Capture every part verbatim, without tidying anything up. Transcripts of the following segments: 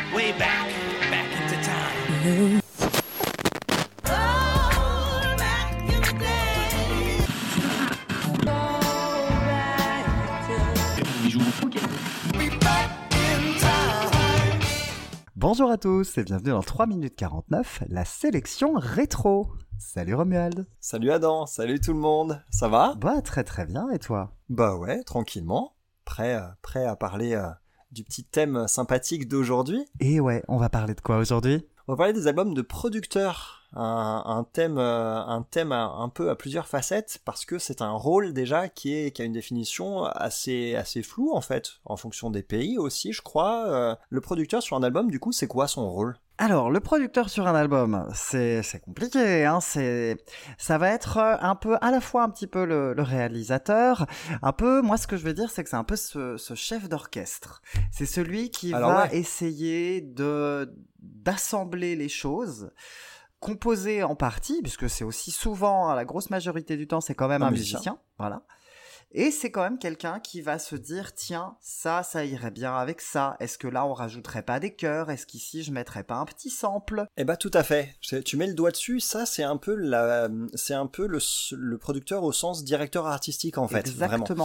way back, back into time. Oh, back in the day. Be back in time. Bonjour à tous et bienvenue dans trois minutes quarante-neuf, la sélection rétro. Salut Romuald. Salut Adam, salut tout le monde, ça va ? Bah très très bien, et toi ? Bah ouais, tranquillement, prêt, euh, prêt à parler euh, du petit thème sympathique d'aujourd'hui. Et ouais, on va parler de quoi aujourd'hui ? On va parler des albums de producteurs, un, un thème, euh, un thème un, un peu à plusieurs facettes, parce que c'est un rôle déjà qui, est, qui a une définition assez, assez floue en fait, en fonction des pays aussi je crois. Euh, le producteur sur un album, du coup, c'est quoi son rôle ? Alors, le producteur sur un album, c'est, c'est compliqué, hein, c'est, ça va être un peu, à la fois un petit peu le, le réalisateur, un peu, moi ce que je veux dire, c'est que c'est un peu ce, ce chef d'orchestre. C'est celui qui Alors, va ouais. essayer de, d'assembler les choses, composer en partie, puisque c'est aussi souvent, la grosse majorité du temps, c'est quand même un, Un musicien. musicien. Voilà. Et c'est quand même quelqu'un qui va se dire, tiens, ça, ça irait bien avec ça. Est-ce que là, on rajouterait pas des chœurs ? Est-ce qu'ici, je mettrais pas un petit sample ? Eh bah tout à fait. C'est- Tu mets le doigt dessus. Ça, c'est un peu la, c'est un peu le, le producteur au sens directeur artistique en fait, vraiment. Exactement.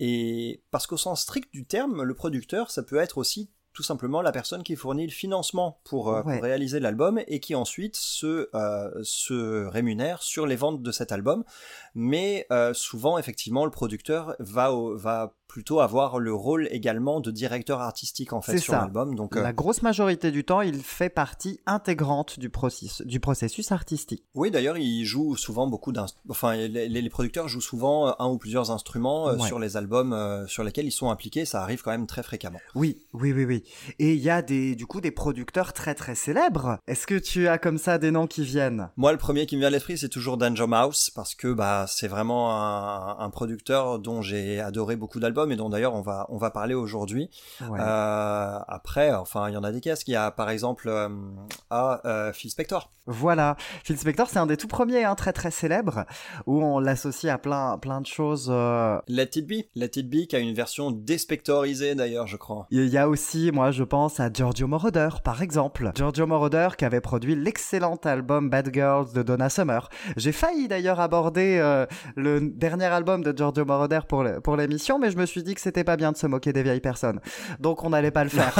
Et parce qu'au sens strict du terme, le producteur, ça peut être aussi tout simplement la personne qui fournit le financement pour, euh, Ouais. pour réaliser l'album et qui ensuite se, euh, se rémunère sur les ventes de cet album. Mais euh, souvent, effectivement, le producteur va, au- va plutôt avoir le rôle également de directeur artistique en fait C'est sur ça. l'album. Donc, euh, La grosse majorité du temps, il fait partie intégrante du, processus, du processus artistique. oui, d'ailleurs, il joue souvent beaucoup d'instruments. Enfin, les, les producteurs jouent souvent euh, un ou plusieurs instruments euh, Ouais. sur les albums euh, sur lesquels ils sont impliqués. Ça arrive quand même très fréquemment. Oui, oui, oui, oui. Et il y a des, du coup des producteurs très très célèbres. Est-ce que tu as comme ça des noms qui viennent ? Moi, le premier qui me vient à l'esprit, c'est toujours Danger Mouse, parce que bah c'est vraiment un, un producteur dont j'ai adoré beaucoup d'albums et dont d'ailleurs on va on va parler aujourd'hui. Ouais. Euh, après, enfin, il y en a des caisses. Il y a par exemple euh, ah, euh, Phil Spector. Voilà. Phil Spector, c'est un des tout premiers, hein, très très célèbres, où on l'associe à plein, plein de choses. euh, Let It Be, Let It Be, qui a une version déspectorisée d'ailleurs, je crois. Il y a aussi, moi je pense à Giorgio Moroder, par exemple. Giorgio Moroder qui avait produit l'excellent album Bad Girls de Donna Summer. J'ai failli d'ailleurs aborder euh, le dernier album de Giorgio Moroder pour, le- pour l'émission, mais je me suis dit que c'était pas bien de se moquer des vieilles personnes. Donc on n'allait pas le faire.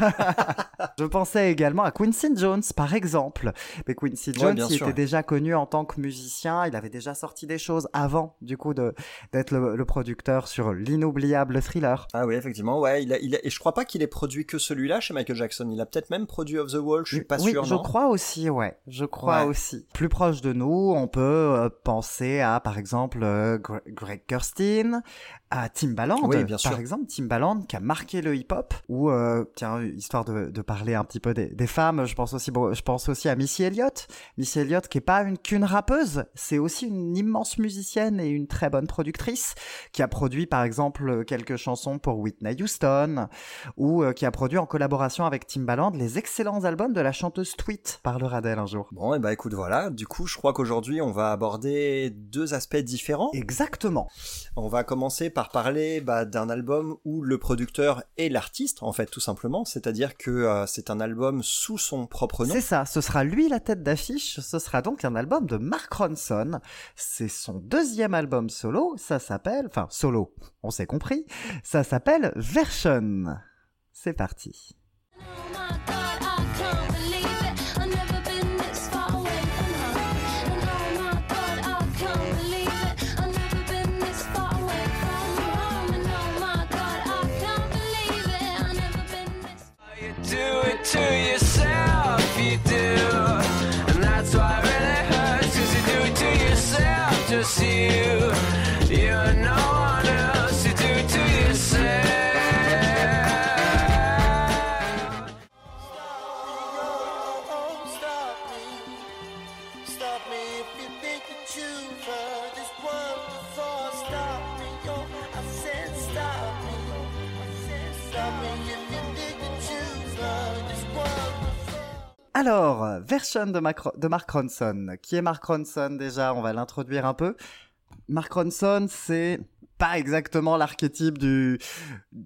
Je pensais également à Quincy Jones, par exemple. Mais Quincy Ouais, Jones, bien il sûr. était déjà connu en tant que musicien. Il avait déjà sorti des choses avant, du coup, de, d'être le, le producteur sur l'inoubliable Thriller. Ah oui, effectivement, ouais. Il a, il a, et je crois pas qu'il ait produit que celui-là chez Michael Jackson. Il a peut-être même produit Off the Wall. Je suis pas oui, sûr, je non. crois aussi, ouais. Je crois Ouais. aussi. Plus proche de nous, on peut euh, penser à, par exemple, euh, Gre- Greg Kurstin, à Timbaland, Oui, bien par sûr. exemple, Timbaland qui a marqué le hip-hop. Ou, euh, tiens, histoire de, de parler un petit peu des, des femmes, je pense aussi, bon, je pense aussi à Missy Elliott. Missy Elliott qui est pas une qu'une rappeuse, c'est aussi une immense musicienne et une très bonne productrice qui a produit, par exemple, quelques chansons pour Whitney Houston, ou euh, qui a produit en collaboration avec Timbaland les excellents albums de la chanteuse Tweet. Parlera d'elle un jour. Bon, et bah écoute, voilà. Du coup, je crois qu'aujourd'hui, on va aborder deux aspects différents. Exactement. On va commencer par parler bah, d'un album où le producteur est l'artiste, en fait, tout simplement. C'est-à-dire que euh, c'est un album sous son propre nom. C'est ça, ce sera lui la tête d'affiche, ce sera donc un album de Mark Ronson. C'est son deuxième album solo, ça s'appelle, enfin solo, on s'est compris, ça s'appelle Version. C'est parti. Oh my God, I can't believe it. I've never been this far away from home. And oh my God, I can't believe it. I've never been this far away from home. And oh my God, I can't believe it. I've never been this. You do it to yourself, you do. And that's why it really hurts, cause you do it to yourself, just you. You're no one else, you do it to yourself. Stop me, stop me if you think that you've heard this one before. Stop me, yo, I said stop me, I said stop me if you think that you've heard this one before. Alors, Version de, Mac- de Mark Ronson. Qui est Mark Ronson déjà ? On va l'introduire un peu. Mark Ronson, c'est pas exactement l'archétype du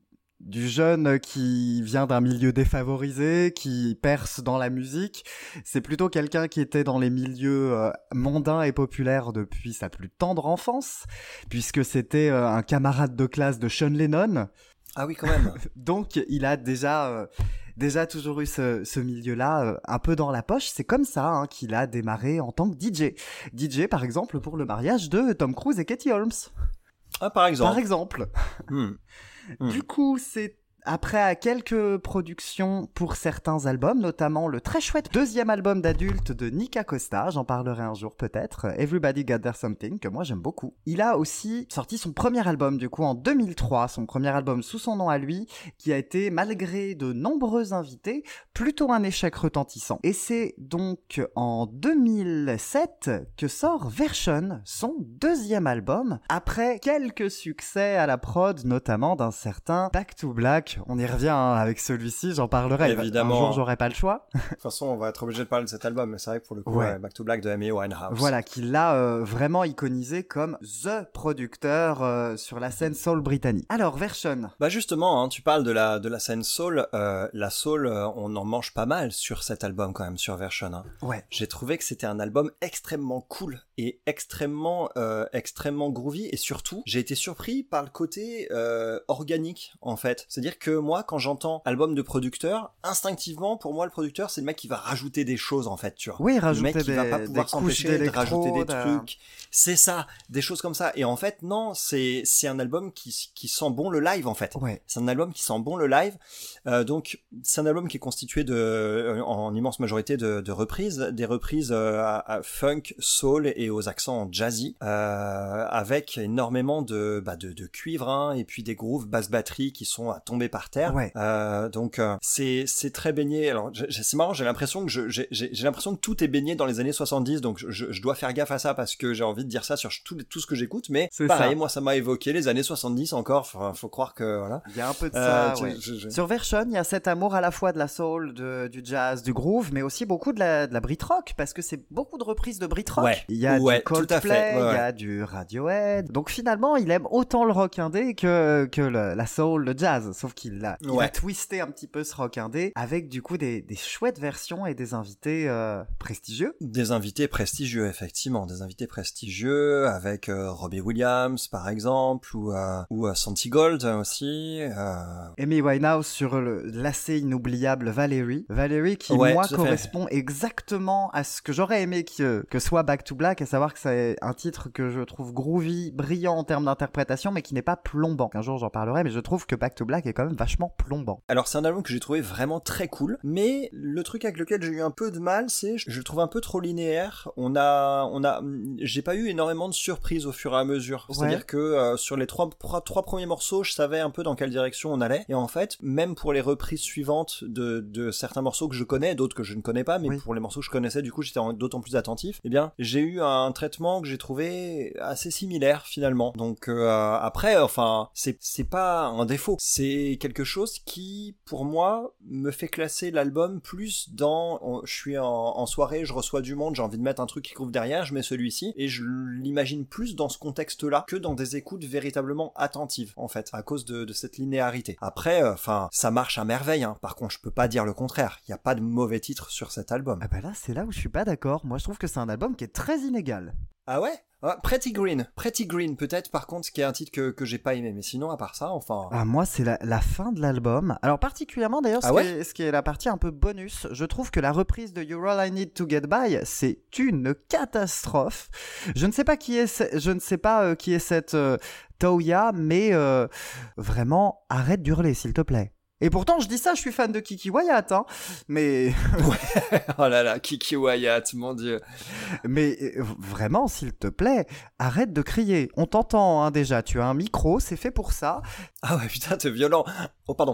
du jeune qui vient d'un milieu défavorisé, qui perce dans la musique. C'est plutôt quelqu'un qui était dans les milieux euh, mondains et populaires depuis sa plus tendre enfance, puisque c'était euh, un camarade de classe de Sean Lennon. Ah oui, quand même. Donc, il a déjà, euh, déjà toujours eu ce, ce milieu-là euh, un peu dans la poche. C'est comme ça hein, qu'il a démarré en tant que D J. D J, par exemple, pour le mariage de Tom Cruise et Katie Holmes. Ah, par exemple. Par exemple. Hmm. Hmm. Du coup, c'est après quelques productions pour certains albums, notamment le très chouette deuxième album d'adulte de Nick Acosta, j'en parlerai un jour peut-être, Everybody Got Their Something, que moi j'aime beaucoup. Il a aussi sorti son premier album du coup en deux mille trois, son premier album sous son nom à lui, qui a été, malgré de nombreux invités, plutôt un échec retentissant. Et c'est donc en deux mille sept que sort Version, son deuxième album, après quelques succès à la prod, notamment d'un certain Back to Black. On y revient hein, avec celui-ci, j'en parlerai. Évidemment. Un jour, j'aurai pas le choix. De toute façon, on va être obligé de parler de cet album, mais c'est vrai que pour le coup, Ouais. ouais, Back to Black de Amy Winehouse. Voilà, qui l'a euh, vraiment iconisé comme THE producteur euh, sur la scène soul britannique. Alors, Version. Bah justement, hein, tu parles de la de la scène soul. Euh, la soul, euh, on en mange pas mal sur cet album quand même, sur Version. Hein. Ouais. J'ai trouvé que c'était un album extrêmement cool et extrêmement euh, extrêmement groovy, et surtout, j'ai été surpris par le côté euh, organique en fait. C'est-à-dire que moi, quand j'entends album de producteur, instinctivement, pour moi, le producteur, c'est le mec qui va rajouter des choses en fait, tu vois. Oui, Le rajouter mec qui des, va pas des pouvoir couches s'empêcher de rajouter des d'électrode, euh, trucs. C'est ça, des choses comme ça. Et en fait, non, c'est c'est un album qui qui sent bon le live en fait. Ouais. C'est un album qui sent bon le live. Euh, donc, c'est un album qui est constitué de, euh, en immense majorité de, de reprises, des reprises euh, à, à funk, soul et aux accents jazzy, euh, avec énormément de, bah, de, de cuivre, hein, et puis des grooves basse batterie qui sont à tomber par terre. Ouais. Euh, donc, euh, c'est c'est très baigné. Alors, j'ai- c'est marrant, j'ai l'impression que je, j'ai j'ai l'impression que tout est baigné dans les années soixante-dix, donc je, je, je dois faire gaffe à ça parce que j'ai envie de dire ça sur tout, tout ce que j'écoute. Mais C'est pareil, ça. moi, ça m'a évoqué les années soixante-dix encore. Enfin, faut croire que voilà. Il y a un peu de Euh, ça, tu- ouais. je- je- Sur Version, il y a cet amour à la fois de la soul, de, du jazz, du groove, mais aussi beaucoup de la, de la Brit rock, parce que c'est beaucoup de reprises de Brit rock. Ouais. Il y a Ouais, du tout à Coldplay, fait. Ouais, il y ouais. a du Radiohead. Donc finalement, il aime autant le rock indé que, que le- la soul, le jazz. Sauf qu'il a, il Ouais. a twisté un petit peu ce rock indé avec du coup des, des chouettes versions et des invités euh, prestigieux. Des invités prestigieux, effectivement, des invités prestigieux avec euh, Robbie Williams, par exemple, ou euh, ou euh, Santi Gold aussi. Euh... Amy Winehouse sur le- l'assez inoubliable Valerie. Valerie qui, Ouais, moi, tout à fait. correspond exactement à ce que j'aurais aimé que, que soit Back to Black, à savoir que c'est un titre que je trouve groovy, brillant en termes d'interprétation, mais qui n'est pas plombant. Un jour, j'en parlerai, mais je trouve que Back to Black est quand même vachement plombant. Alors c'est un album que j'ai trouvé vraiment très cool, mais le truc avec lequel j'ai eu un peu de mal, c'est je le trouve un peu trop linéaire. On a, on a, j'ai pas eu énormément de surprises au fur et à mesure. Ouais. C'est-à-dire que euh, sur les trois, trois, trois premiers morceaux, je savais un peu dans quelle direction on allait. Et en fait, même pour les reprises suivantes de, de certains morceaux que je connais, d'autres que je ne connais pas, mais Oui. pour les morceaux que je connaissais, du coup, j'étais en- d'autant plus attentif. Eh bien, j'ai eu un traitement que j'ai trouvé assez similaire finalement. Donc euh, après, enfin, c'est c'est pas un défaut. C'est quelque chose qui, pour moi, me fait classer l'album plus dans. on- je suis en, en soirée, je reçois du monde, j'ai envie de mettre un truc qui couvre derrière, je mets celui-ci et je l'imagine plus dans ce contexte-là que dans des écoutes véritablement attentives, en fait, à cause de, de cette linéarité. Après, enfin, ça marche à merveille. Hein. Par contre, je peux pas dire le contraire. Il y a pas de mauvais titre sur cet album. Ah bah là, c'est là où je suis pas d'accord. Moi, je trouve que c'est un album qui est très inégal. Ah ouais? Ah, Pretty Green, Pretty Green peut-être par contre, qui est un titre que, que j'ai pas aimé, mais sinon à part ça, enfin... Ah, moi, c'est la, la fin de l'album. Alors, particulièrement, d'ailleurs, ce, Ah qui ouais est- ce qui est la partie un peu bonus, je trouve que la reprise de You're All I Need to Get By, c'est une catastrophe. Je ne sais pas qui est, ce- je ne sais pas euh, qui est cette euh, Toya, mais euh, vraiment, arrête d'hurler, s'il te plaît. Et pourtant, je dis ça, je suis fan de Kiki Wyatt, hein, mais, Oh là là, Kiki Wyatt, mon dieu. mais euh, vraiment, s'il te plaît, arrête de crier. On t'entend, hein, déjà, tu as un micro, c'est fait pour ça. Ah ouais, putain, t'es violent. Oh pardon.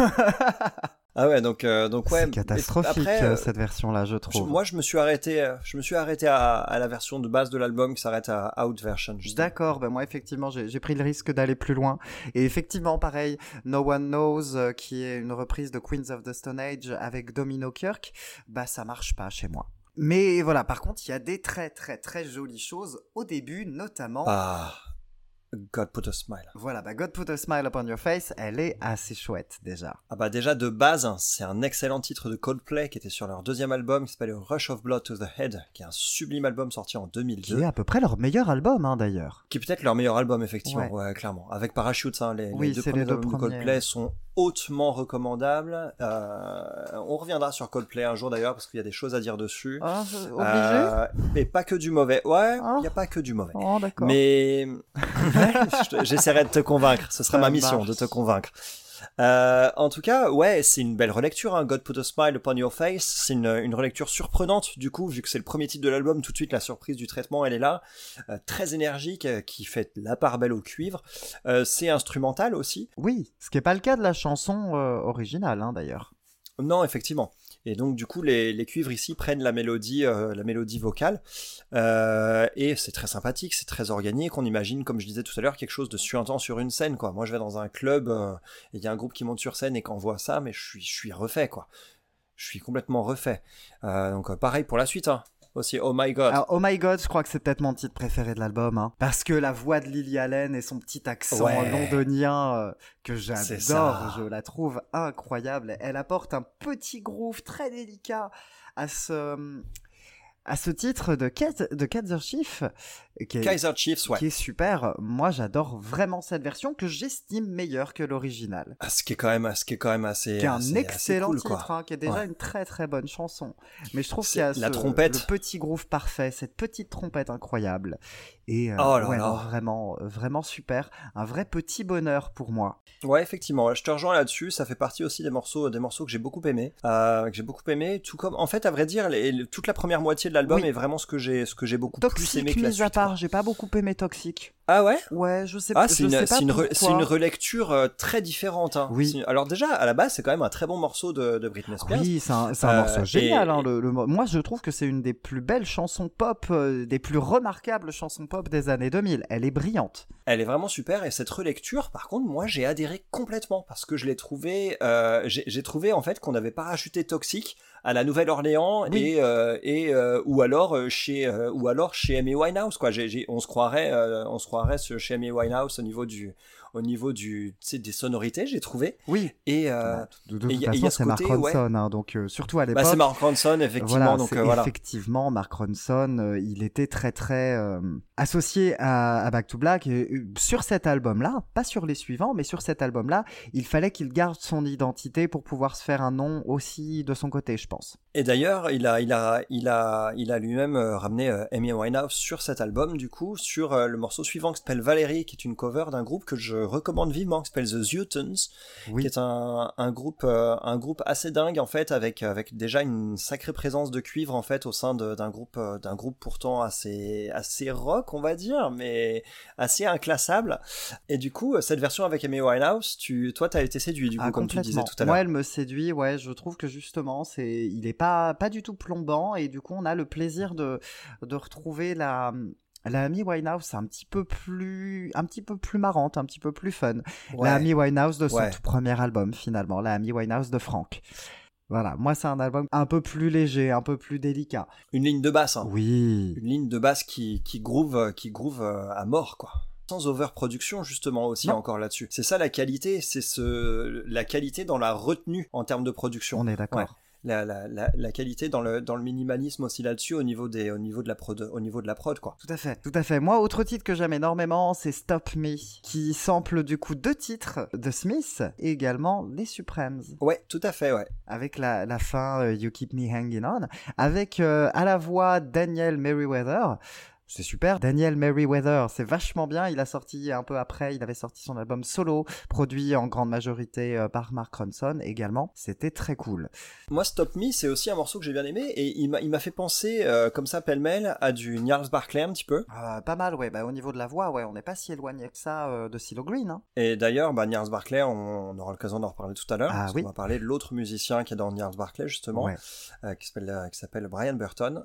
Ah ouais, donc euh, donc ouais. C'est catastrophique, mais après, euh, euh, cette version-là, je je- trouve. moi je me suis arrêté, euh, je me suis arrêté à, à la version de base de l'album qui s'arrête à Out Version. justement. D'accord, ben moi effectivement j'ai j'ai pris le risque d'aller plus loin. Et effectivement pareil, No One Knows, euh, qui est une reprise de Queens of the Stone Age avec Domino Kirk, bah ça marche pas chez moi. Mais voilà, par contre il y a des très très très jolies choses au début, notamment Ah. God Put a Smile. Voilà, bah God Put a Smile Upon Your Face, elle est assez chouette déjà. Ah bah déjà de base, hein, c'est un excellent titre de Coldplay qui était sur leur deuxième album qui s'appelle Rush of Blood to the Head, qui est un sublime album sorti en deux mille deux. Qui est à peu près leur meilleur album hein, d'ailleurs. Qui est peut-être leur meilleur album, effectivement, Ouais. ouais, clairement. Avec Parachutes, hein, les, Oui, les deux c'est premiers les deux albums de premiers. Coldplay sont hautement recommandables. Euh, on reviendra sur Coldplay un jour d'ailleurs, parce qu'il y a des choses à dire dessus. Ah, euh, obligé Euh, mais pas que du mauvais. Ouais, il Ah. n'y a pas que du mauvais. Oh d'accord. Mais Je te- j'essaierai de te convaincre. Ce sera Ça ma mission, marche. de te convaincre. Euh, en tout cas, ouais, c'est une belle relecture, hein. God Put a Smile Upon Your Face. C'est une, une relecture surprenante, du coup, vu que c'est le premier titre de l'album, tout de suite la surprise du traitement, elle est là. Euh, très énergique, euh, qui fait la part belle au cuivre. Euh, c'est instrumental aussi. Oui, ce qui n'est pas le cas de la chanson euh, originale hein, d'ailleurs. Non, effectivement. Et donc du coup les, les cuivres ici prennent la mélodie, euh, la mélodie vocale, euh, et c'est très sympathique, c'est très organique. On imagine, comme je disais tout à l'heure, quelque chose de suintant sur une scène, quoi. Moi je vais dans un club, euh, et il y a un groupe qui monte sur scène et qu'on voit ça, mais je suis, je suis refait, quoi. Je suis complètement refait. Euh, donc euh, pareil pour la suite, hein. Aussi, Oh My God. Alors, Oh My God, je crois que c'est peut-être mon titre préféré de l'album, hein, parce que la voix de Lily Allen et son petit accent Ouais. londonien euh, que C'est j'adore, ça. je la trouve incroyable. Elle apporte un petit groove très délicat à ce à ce titre de Kaiser, de Kaiser Chief, qui est, Kaiser Chiefs, ouais. qui est super. Moi, j'adore vraiment cette version que j'estime meilleure que l'original. Ah, ce qui est quand même, ce qui est quand même assez, Qui est un assez- excellent assez cool, titre, quoi. hein, qui est déjà Ouais. une très très bonne chanson. Mais je trouve C'est qu'il y a la ce- trompette. le petit groove parfait, cette petite trompette incroyable. Et euh, Oh là ouais, là. non, vraiment, vraiment super. Un vrai petit bonheur pour moi. Ouais, effectivement, je te rejoins là-dessus. Ça fait partie aussi des morceaux, des morceaux que j'ai beaucoup aimés, euh, que j'ai beaucoup aimé. Tout comme, en fait, à vrai dire, les- le- toute la première moitié de l'album Oui. est vraiment ce que j'ai, ce que j'ai beaucoup plus Toxic, aimé que la mis à suite, part, quoi. j'ai pas beaucoup aimé Toxic. Ah ouais. Ouais, je sais, Ah, je c'est une, sais pas c'est une, re- pourquoi. c'est une relecture euh, très différente. Hein. Oui. C'est une- Alors déjà, à la base, c'est quand même un très bon morceau de, de Britney Spears. Oui, c'est un, c'est un Euh, morceau génial. et- hein, le, le mo- moi, je trouve que c'est une des plus belles chansons pop, euh, des plus remarquables chansons pop des années deux mille. Elle est brillante. Elle est vraiment super, et cette relecture, par contre, moi, j'ai adhéré complètement parce que je l'ai trouvé, euh, j'ai, j'ai trouvé en fait qu'on avait parachuté Toxic à la Nouvelle-Orléans Oui. et euh, et euh, ou alors euh, chez euh, ou alors chez Amy Winehouse, quoi. J'ai, j'ai- on se croirait, euh, on se croirait sur- chez Amy Winehouse au niveau du au niveau du, tu sais, des sonorités, j'ai trouvé. Oui. Et euh, De, de et toute y a- y façon, a ce c'est Mark côté, ouais. Ronson, hein, donc euh, surtout à bah, l'époque. c'est Mark Ronson, effectivement. Voilà, donc c'est euh, voilà. effectivement Mark Ronson, euh, il était très très euh, associé à, à Back to Black. Et, euh, sur cet album-là, pas sur les suivants, mais sur cet album-là, il fallait qu'il garde son identité pour pouvoir se faire un nom aussi de son côté, je pense. Et d'ailleurs, il a, il a, il a, il a lui-même euh, ramené euh, Amy Winehouse sur cet album, du coup, sur euh, le morceau suivant qui s'appelle Valérie, qui est une cover d'un groupe que je recommande vivement, qui s'appelle The Zutons, Oui. qui est un, un groupe, euh, un groupe assez dingue en fait, avec, avec déjà une sacrée présence de cuivre en fait au sein de- d'un groupe, euh, d'un groupe pourtant assez, assez rock, on va dire, mais assez inclassable. Et du coup, cette version avec Amy Winehouse, tu, toi, t'as été séduit, du coup, Ah, comme tu disais complètement. tout à l'heure. Moi, elle me séduit. Ouais, je trouve que justement, c'est, il est pas, pas du tout plombant et du coup, on a le plaisir de, de retrouver la. La Amy Winehouse, c'est un petit peu plus, un petit peu plus marrante, un petit peu plus fun. Ouais. La Amy Winehouse de son Ouais. tout premier album, finalement, la Amy Winehouse de Frank. Voilà, moi, c'est un album un peu plus léger, un peu plus délicat. Une ligne de basse, hein. Oui. Une ligne de basse qui, qui groove, qui groove euh, à mort, quoi. Sans overproduction, justement, aussi, Non. encore là-dessus. C'est ça la qualité, c'est ce, la qualité dans la retenue en termes de production. On est d'accord. Ouais. La, la, la, la qualité dans le, dans le minimalisme aussi là-dessus, au niveau des, au niveau de la prod, au niveau de la prod, quoi. Tout à fait, tout à fait. Moi, autre titre que j'aime énormément, c'est Stop Me, qui sample du coup deux titres de Smith et également les Supremes. Ouais, tout à fait, ouais. Avec la, la fin euh, You Keep Me Hanging On, avec euh, à la voix Daniel Merriweather. C'est super, Daniel Merriweather, c'est vachement bien. Il a sorti un peu après, il avait sorti son album solo, produit en grande majorité euh, par Mark Ronson également. C'était très cool. Moi, Stop Me, c'est aussi un morceau que j'ai bien aimé, et il m'a, il m'a fait penser, euh, comme ça, pêle-mêle, à du Gnarls Barkley un petit peu. Euh, pas mal, ouais. Bah, au niveau de la voix, ouais, on n'est pas si éloigné que ça euh, de CeeLo Green. Hein. Et d'ailleurs, bah, Gnarls Barkley, on, on aura l'occasion d'en reparler tout à l'heure, Ah parce oui. qu'on va parler de l'autre musicien qui est dans Gnarls Barkley, justement, Ouais. euh, qui s'appelle, euh, qui s'appelle Brian Burton.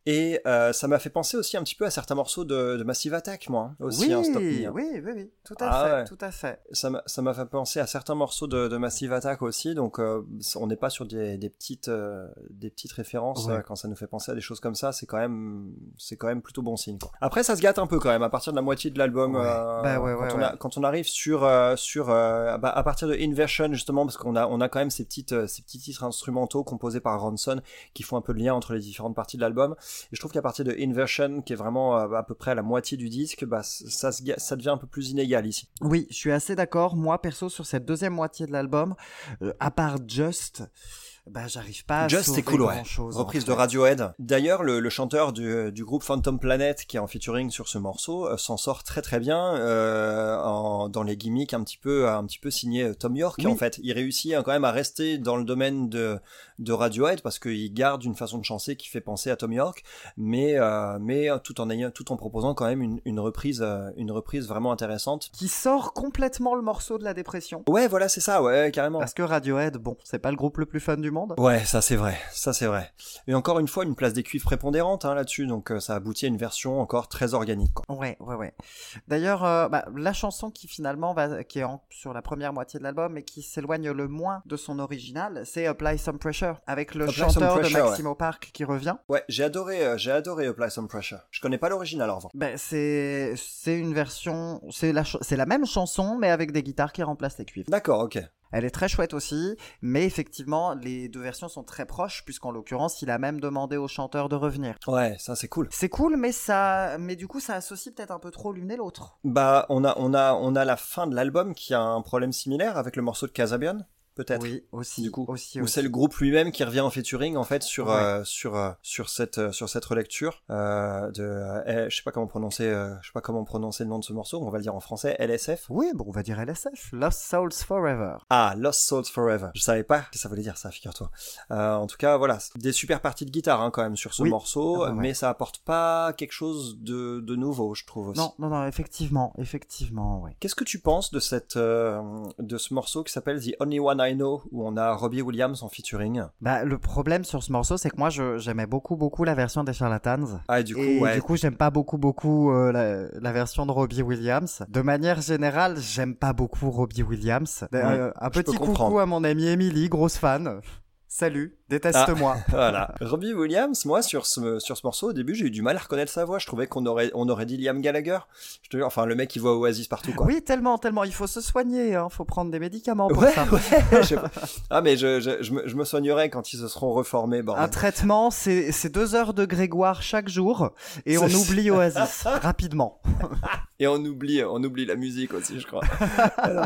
Et euh, ça m'a fait penser aussi un petit peu à certains morceaux de, de Massive Attack, moi, hein, aussi, oui, hein, Stop Me. hein. oui, oui, oui, tout à Ah fait, ouais. tout à fait. Ça m'a, ça m'a fait penser à certains morceaux de, de Massive Attack aussi, donc euh, on n'est pas sur des, des petites, euh, des petites références. Ouais. euh, quand ça nous fait penser à des choses comme ça, c'est quand même, c'est quand même plutôt bon signe, quoi. Après, ça se gâte un peu quand même à partir de la moitié de l'album. Ouais. euh, Bah ouais, quand, ouais, on ouais. a, quand on arrive sur, euh, sur, euh, bah, à partir de Inversion justement, parce qu'on a, on a quand même ces petites, euh, ces petits titres instrumentaux composés par Ronson qui font un peu le lien entre les différentes parties de l'album. Et je trouve qu'à partir de Inversion, qui est vraiment euh, à peu près à la moitié du disque, bah ça, se ga- ça devient un peu plus inégal ici. Oui, je suis assez d'accord. Moi, perso, sur cette deuxième moitié de l'album, euh, à part Just, bah, j'arrive pas à Just, sauver c'est cool, ouais. grand-chose. Reprise en de fait. Radiohead. D'ailleurs, le, le chanteur du, du groupe Phantom Planet, qui est en featuring sur ce morceau, euh, s'en sort très très bien euh, en, dans les gimmicks un petit peu, un petit peu signé euh, Tom York. Oui. En fait, il réussit hein, quand même à rester dans le domaine de, de Radiohead parce qu'il garde une façon de chanter qui fait penser à Tom York, mais euh, mais tout en ayant, tout en proposant quand même une, une reprise, euh, une reprise vraiment intéressante. Qui sort complètement le morceau de la dépression. Ouais, voilà, c'est ça, ouais, carrément. Parce que Radiohead, bon, c'est pas le groupe le plus fun du monde. Ouais, ça c'est vrai, ça c'est vrai. Et encore une fois, une place des cuivres prépondérante hein, là-dessus, donc euh, ça aboutit à une version encore très organique, quoi. Ouais, ouais, ouais. D'ailleurs, euh, bah, la chanson qui finalement va, qui est en- sur la première moitié de l'album et qui s'éloigne le moins de son original, c'est Apply Some Pressure, avec le Apply Some chanteur Pressure, de ouais. Maximo Park qui revient. Ouais, j'ai adoré, euh, j'ai adoré Apply Some Pressure. Je connais pas l'original en revanche. Ben, c'est, c'est une version, c'est la, ch- c'est la même chanson, mais avec des guitares qui remplacent les cuivres. D'accord, ok. Elle est très chouette aussi, mais effectivement, les deux versions sont très proches, puisqu'en l'occurrence, il a même demandé au chanteur de revenir. Ouais, ça c'est cool. C'est cool, mais ça, mais du coup, ça associe peut-être un peu trop l'une et l'autre. Bah, on a, on a, on a la fin de l'album qui a un problème similaire avec le morceau de Kasabian, peut-être. Oui, aussi, Du coup, aussi, Où aussi. c'est le groupe lui-même qui revient en featuring en fait sur Ouais. euh, sur euh, sur cette euh, sur cette relecture euh, de euh, je sais pas comment prononcer euh, je sais pas comment prononcer le nom de ce morceau, on va le dire en français, L S F. Oui, bon, on va dire L S F, Lost Souls Forever. Ah, Lost Souls Forever. Je savais pas que ça voulait dire ça, figure-toi. Euh, en tout cas, voilà, des super parties de guitare hein, quand même sur ce Oui. morceau, Ah, ouais, ouais. mais ça apporte pas quelque chose de, de nouveau, je trouve aussi. Non, non, non, effectivement, effectivement, ouais. Qu'est-ce que tu penses de cette euh, de ce morceau qui s'appelle The Only One I Know où on a Robbie Williams en featuring? Bah, le problème sur ce morceau, c'est que moi, je, j'aimais beaucoup, beaucoup la version des Charlatans. Ah, et du coup, Et ouais. du coup, j'aime pas beaucoup, beaucoup euh, la, la version de Robbie Williams. De manière générale, j'aime pas beaucoup Robbie Williams. Euh, un je peux petit coucou comprendre. à mon amie Emily, grosse fan. Salut, déteste-moi. Voilà. Robbie Williams, moi, sur ce, sur ce morceau, au début, j'ai eu du mal à reconnaître sa voix. Je trouvais qu'on aurait, on aurait dit Liam Gallagher. Je te jure, enfin, le mec qui voit Oasis partout, quoi. Oui, tellement, tellement. Il faut se soigner, hein. Faut prendre des médicaments pour Ouais, ça. ouais. je- Ah, mais je, je, je, me, je me soignerai quand ils se seront reformés, bordel. Un traitement, c'est, c'est deux heures de Grégoire chaque jour. Et on C'est- oublie Oasis, rapidement. Et on oublie, on oublie la musique aussi, je crois. Alors,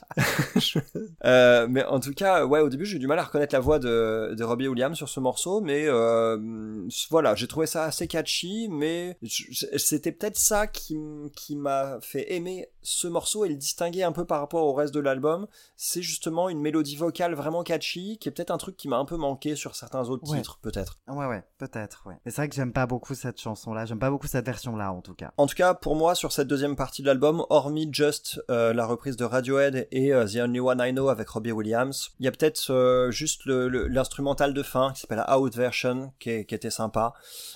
je- euh, mais en tout cas, ouais, au début, j'ai eu du mal à reconnaître la voix de, de Robbie Williams sur ce morceau, mais euh, voilà, j'ai trouvé ça assez catchy, mais je- c'était peut-être ça qui, m- qui m'a fait aimer ce morceau et le distinguer un peu par rapport au reste de l'album. C'est justement une mélodie vocale vraiment catchy, qui est peut-être un truc qui m'a un peu manqué sur certains autres Ouais. titres, peut-être. Ouais, ouais, peut-être, ouais. Mais c'est vrai que j'aime pas beaucoup cette chanson-là. J'aime pas beaucoup cette version-là, en tout cas. En tout cas, pour moi, sur cette deuxième partie de l'album, hormis Just, euh, la reprise de Radiohead et euh, The Only One I Know avec Robbie Williams, il y a peut-être euh, juste le, le- l'instrumental de fin qui s'appelle la Out Version, qui, est- qui était sympa.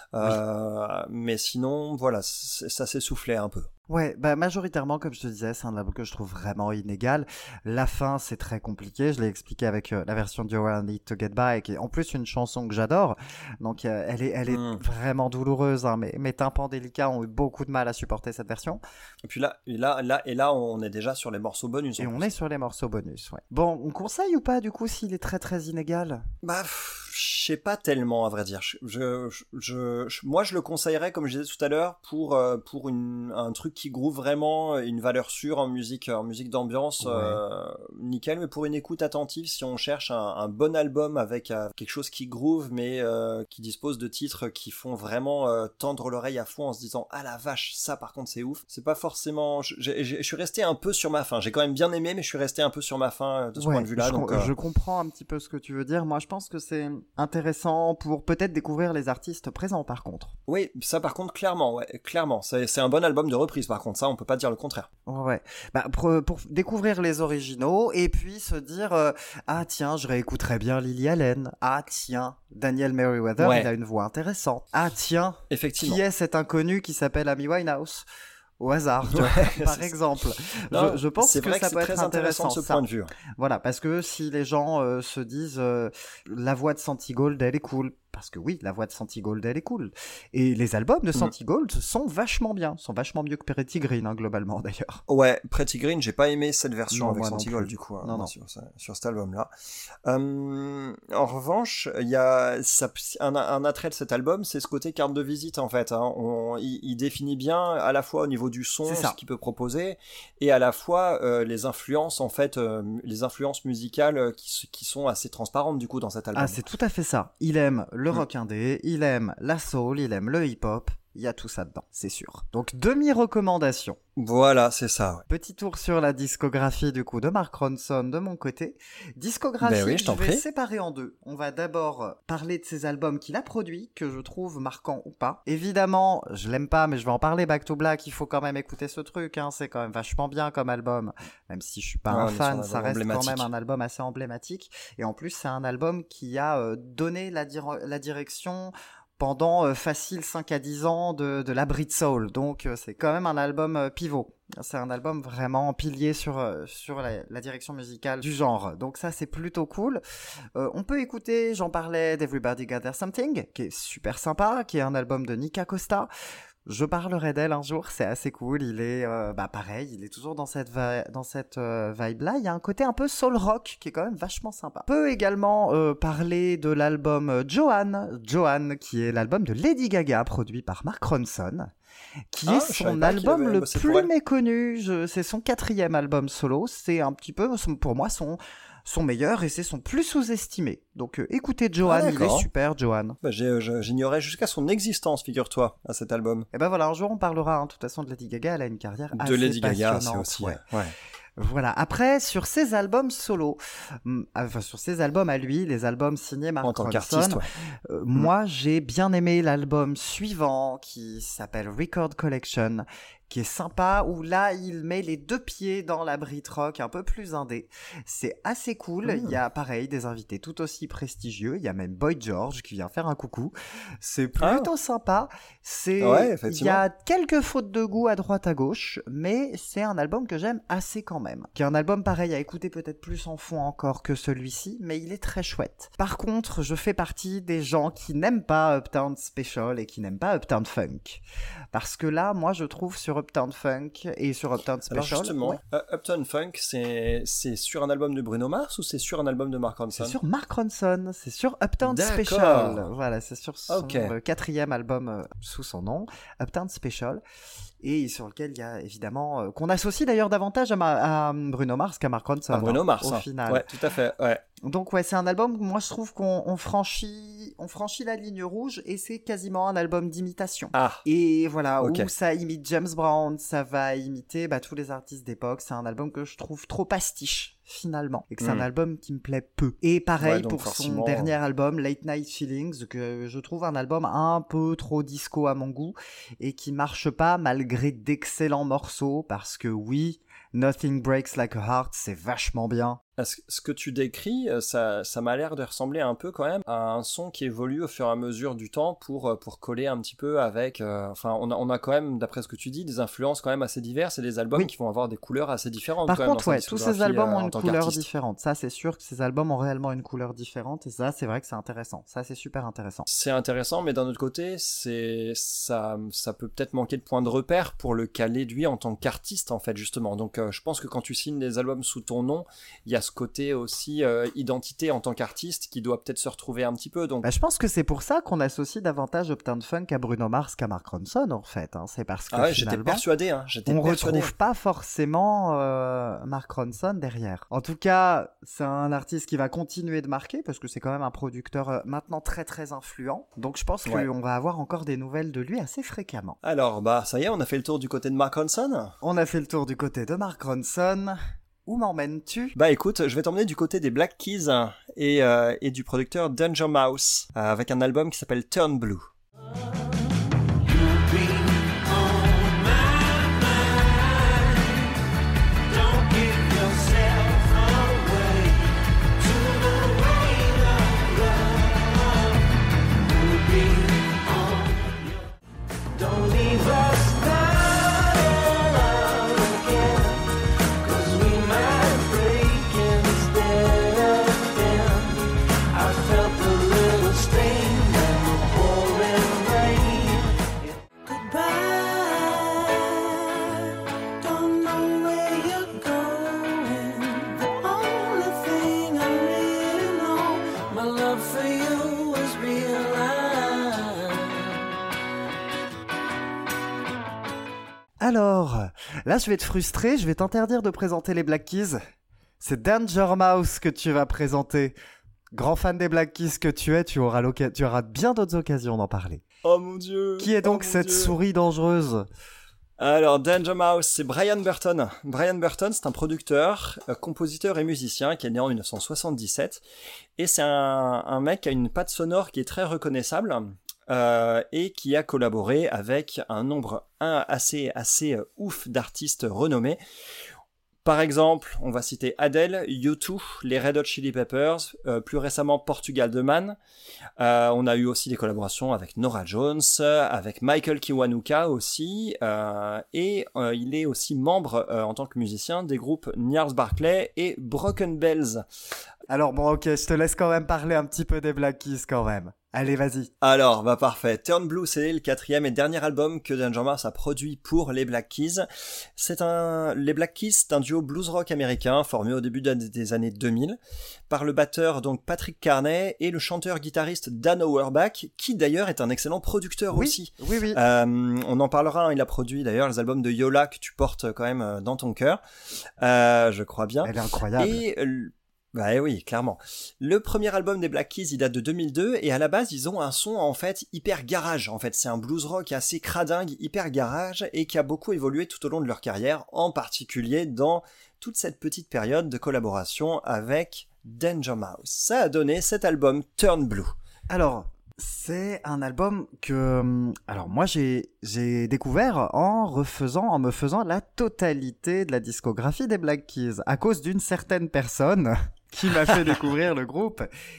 Euh, mais sinon, voilà, c- ça s'essoufflait un peu. Ouais, bah majoritairement, comme je te disais, c'est un album que je trouve vraiment inégal. La fin, c'est très compliqué. Je l'ai expliqué avec euh, la version de You All Need to Get By, qui est en plus une chanson que j'adore. Donc, euh, elle est, elle est Mm. vraiment douloureuse. Hein. Mes, mes tympans délicats ont eu beaucoup de mal à supporter cette version. Et puis là, et là, là, et là, on est déjà sur les morceaux bonus. Et en on plus. est sur les morceaux bonus. Ouais. Bon, on conseille ou pas du coup s'il est très très inégal? Bah, pff, je sais pas tellement, à vrai dire. Je, je, je, je- moi, je le conseillerais, comme je disais tout à l'heure, pour, euh, pour une, un truc qui groove vraiment, une valeur sûre en musique, en musique d'ambiance, Ouais. euh, nickel. Mais pour une écoute attentive, si on cherche un, un bon album avec euh, quelque chose qui groove, mais euh, qui dispose de titres qui font vraiment euh, tendre l'oreille à fond en se disant ah la vache, ça par contre c'est ouf. C'est pas forcément. Je, j'ai- j'ai- je suis resté un peu sur ma faim. J'ai quand même bien aimé, mais je suis resté un peu sur ma faim euh, de ce Ouais, point de vue-là. je, Donc, com- euh, je comprends un petit peu ce que tu veux dire. Moi, je pense que c'est intéressant pour peut-être découvrir les artistes présents par contre. Oui, ça par contre, clairement, ouais, clairement. C'est, c'est un bon album de reprise par contre, ça on peut pas dire le contraire. Ouais, bah, pour, pour découvrir les originaux et puis se dire euh, ah tiens, je réécouterais bien Lily Allen. Ah tiens, Daniel Merriweather, Ouais. il a une voix intéressante. Ah tiens, Effectivement. qui est cet inconnu qui s'appelle Amy Winehouse? Au hasard, tu vois, Ouais, par c'est- exemple. Non, je, je pense c'est que vrai ça que peut c'est être très intéressant intéressant. de ce ça. point de vue. Voilà, parce que si les gens euh, se disent euh, la voix de Santigold, elle est cool. Parce que oui, la voix de Santigold, elle est cool. Et les albums de Mm. Santigold sont vachement bien. Sont vachement mieux que Pretty Green, hein, globalement, d'ailleurs. Ouais, Pretty Green, j'ai pas aimé cette version Non, avec moi non Santi Gold plus. du coup, hein, Non, non. Sur, ça- sur cet album-là. Euh, en revanche, il y a ça, un, un attrait de cet album, c'est ce côté carte de visite en fait. Hein. On, il, il définit bien à la fois au niveau du son C'est ça. ce qu'il peut proposer et à la fois euh, les influences en fait, euh, les influences musicales euh, qui, s- qui sont assez transparentes du coup dans cet album. Ah, c'est tout à fait ça. Il aime le Mm. rock indé, il aime la soul, il aime le hip-hop. Il y a tout ça dedans, c'est sûr. Donc, demi-recommandation. Voilà, c'est ça. Ouais. Petit tour sur la discographie du coup de Mark Ronson de mon côté. Discographie, Ben oui, je je, t'en vais prie. séparer en deux. On va d'abord parler de ses albums qu'il a produits, que je trouve marquants ou pas. Évidemment, je l'aime pas, mais je vais en parler. Back to Black, il faut quand même écouter ce truc. Hein. C'est quand même vachement bien comme album. Même si je suis pas Ouais, un on est sur un fan, album ça reste quand emblématique. même un album assez emblématique. Et en plus, c'est un album qui a euh, donné la, dir- la direction pendant euh, facile cinq à dix ans de, de la Brit Soul. Donc euh, c'est quand même un album euh, pivot. C'est un album vraiment pilier sur, euh, sur la, la direction musicale du genre. Donc ça c'est plutôt cool. Euh, on peut écouter, j'en parlais, d'Everybody Got Their Something, qui est super sympa, qui est un album de Nika Costa. Je parlerai d'elle un jour, c'est assez cool. Il est, euh, bah pareil, il est toujours dans cette va- dans cette euh, vibe-là. Il y a un côté un peu soul rock qui est quand même vachement sympa. On peut également euh, parler de l'album euh, Joanne, Joanne, qui est l'album de Lady Gaga produit par Mark Ronson, qui Ah, est je savais son pas qu'il album avait le bossé pour plus elle. méconnu. Je- C'est son quatrième album solo. C'est un petit peu, son- pour moi, son son meilleur et c'est son plus sous-estimé. Donc euh, écoutez Joanne, Ah, il est d'accord. super Joanne. Bah, j'ai- je- j'ignorais jusqu'à son existence, figure-toi, à cet album. Et ben voilà, un jour on parlera, hein, de toute façon, de Lady Gaga. Elle a une carrière assez De Lady Gaga, c'est passionnante, aussi. ouais. Ouais. Voilà. Après, sur ses albums solo, hum, enfin sur ses albums à lui, les albums signés Mark En tant Ronson, qu'artiste, ouais. euh, moi j'ai bien aimé l'album suivant qui s'appelle Record Collection, qui est sympa, où là il met les deux pieds dans la Brit rock un peu plus indé. C'est assez cool. Mm. Il y a pareil des invités tout aussi prestigieux. Il y a même Boy George qui vient faire un coucou. C'est plutôt sympa. C'est, Ouais, il effectivement. y a quelques fautes de goût à droite à gauche, mais c'est un album que j'aime assez quand même. Qui est un album pareil à écouter peut-être plus en fond encore que celui-ci, mais il est très chouette. Par contre, je fais partie des gens qui n'aiment pas Uptown Special et qui n'aiment pas Uptown Funk. Parce que là, moi, je trouve sur Uptown Funk et sur Uptown Alors Special, justement, ouais, euh, Uptown Funk, c'est c'est sur un album de Bruno Mars ou c'est sur un album de Mark Ronson? c'est sur Mark Ronson, c'est sur Uptown D'accord. Special. Voilà, c'est sur son Ok. euh, quatrième album euh, sous son nom, Uptown Special, et sur lequel il y a évidemment euh, qu'on associe d'ailleurs davantage à, ma- à Bruno Mars qu'à Mark Ronson. Ah, Bruno hein, Mars, au hein. final. Ouais, tout à fait. Ouais. Donc ouais, c'est un album où moi je trouve qu'on on franchit, on franchit la ligne rouge et c'est quasiment un album d'imitation. Ah, Et voilà, Ok. où ça imite James Brown, ça va imiter bah, tous les artistes d'époque. C'est un album que je trouve trop pastiche, finalement. Et que c'est Mm. un album qui me plaît peu. Et pareil Ouais, donc pour son forcément, dernier album, Late Night Feelings, que je trouve un album un peu trop disco à mon goût et qui marche pas malgré d'excellents morceaux. Parce que oui, Nothing Breaks Like a Heart, c'est vachement bien. ce ce que tu décris, euh, ça, ça m'a l'air de ressembler un peu quand même à un son qui évolue au fur et à mesure du temps pour, euh, pour coller un petit peu avec... euh, Enfin, on a, on a quand même, d'après ce que tu dis, des influences quand même assez diverses et des albums Oui. qui vont avoir des couleurs assez différentes. Par quand même contre, dans sa ouais, tous ces discographie, albums euh, ont en une tant couleur qu'artiste. différente. Ça, c'est sûr que ces albums ont réellement une couleur différente. Et ça, c'est vrai que c'est intéressant. Ça, c'est super intéressant. C'est intéressant, mais d'un autre côté, c'est ça, ça peut peut-être manquer de points de repère pour le caler lui en tant qu'artiste en fait justement. Donc euh, je pense que quand tu signes des albums sous ton nom, il y a ce côté aussi euh, identité en tant qu'artiste qui doit peut-être se retrouver un petit peu. Donc Bah, je pense que c'est pour ça qu'on associe davantage Uptown Funk à Bruno Mars qu'à Mark Ronson, en fait. Hein. C'est parce que ah ouais, j'étais finalement, persuadé, hein, j'étais on persuadé. retrouve pas forcément euh, Mark Ronson derrière. En tout cas, c'est un artiste qui va continuer de marquer parce que c'est quand même un producteur euh, maintenant très très influent. Donc je pense Ouais. qu'on va avoir encore des nouvelles de lui assez fréquemment. Alors bah ça y est, on a fait le tour du côté de Mark Ronson. On a fait le tour du côté de Mark Ronson. Où m'emmènes-tu? Bah écoute, je vais t'emmener du côté des Black Keys et, euh, et du producteur Danger Mouse euh, avec un album qui s'appelle Turn Blue. Don't leave us not alone again, 'cause we might break instead. I felt a little sting in the pouring rain. Goodbye, don't know where you're going. The only thing I really know, my love for you was realized. Alors, là je vais te frustrer, je vais t'interdire de présenter les Black Keys. C'est Danger Mouse que tu vas présenter. Grand fan des Black Keys que tu es, tu auras, l'occa- tu auras bien d'autres occasions d'en parler. Oh mon dieu. Qui est donc oh mon cette Dieu. souris dangereuse? Alors, Danger Mouse, c'est Brian Burton. Brian Burton, c'est un producteur, euh, compositeur et musicien qui est né en dix-neuf cent soixante-dix-sept. Et c'est un, un mec qui a une patte sonore qui est très reconnaissable euh, et qui a collaboré avec un nombre un, assez, assez euh, ouf d'artistes renommés. Par exemple, on va citer Adele, U deux, les Red Hot Chili Peppers, euh, plus récemment Portugal The Man. Euh, on a eu aussi des collaborations avec Norah Jones, avec Michael Kiwanuka aussi, euh, et euh, il est aussi membre euh, en tant que musicien des groupes Gnarls Barkley et Broken Bells. Alors bon, ok, je te laisse quand même parler un petit peu des Black Keys quand même. Allez, vas-y. Alors, bah parfait. Turn Blue, c'est le quatrième et dernier album que Danger Mouse a produit pour les Black Keys. C'est un, les Black Keys, c'est un duo blues rock américain formé au début des années deux mille par le batteur donc Patrick Carney et le chanteur-guitariste Dan Auerbach, qui d'ailleurs est un excellent producteur Oui, aussi. oui, oui. Euh, on en parlera, hein, il a produit d'ailleurs les albums de Yola que tu portes quand même euh, dans ton cœur, euh, je crois bien. Elle est incroyable. Et euh, bah oui, clairement. Le premier album des Black Keys, il date de deux mille deux et à la base, ils ont un son en fait hyper garage. En fait, c'est un blues rock assez cradingue, hyper garage et qui a beaucoup évolué tout au long de leur carrière, en particulier dans toute cette petite période de collaboration avec Danger Mouse. Ça a donné cet album Turn Blue. Alors, c'est un album que, hum, alors moi j'ai j'ai découvert en refaisant, en me faisant la totalité de la discographie des Black Keys à cause d'une certaine personne qui m'a fait découvrir le groupe.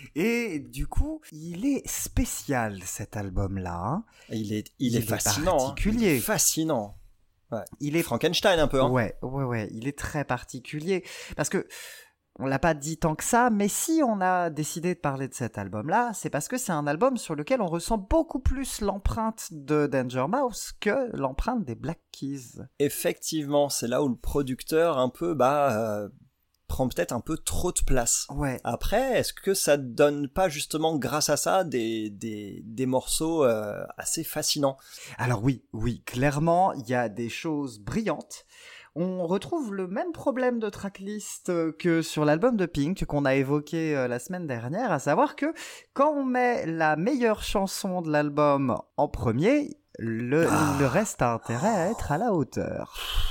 Et du coup, il est spécial cet album-là. Hein. Il est, il, Il est est fascinant. particulier. Hein. Il est fascinant. Ouais. Il est Frankenstein un peu. Hein. Ouais, ouais, ouais, il est très particulier parce que on l'a pas dit tant que ça, mais si on a décidé de parler de cet album-là, c'est parce que c'est un album sur lequel on ressent beaucoup plus l'empreinte de Danger Mouse que l'empreinte des Black Keys. Effectivement, c'est là où le producteur un peu bah euh, prend peut-être un peu trop de place. Ouais. Après, est-ce que ça donne pas justement grâce à ça des des, des morceaux euh, assez fascinants? Alors oui, oui, clairement, il y a des choses brillantes. On retrouve le même problème de tracklist que sur l'album de Pink qu'on a évoqué la semaine dernière, à savoir que quand on met la meilleure chanson de l'album en premier, le, Ah. le reste a intérêt à être à la hauteur.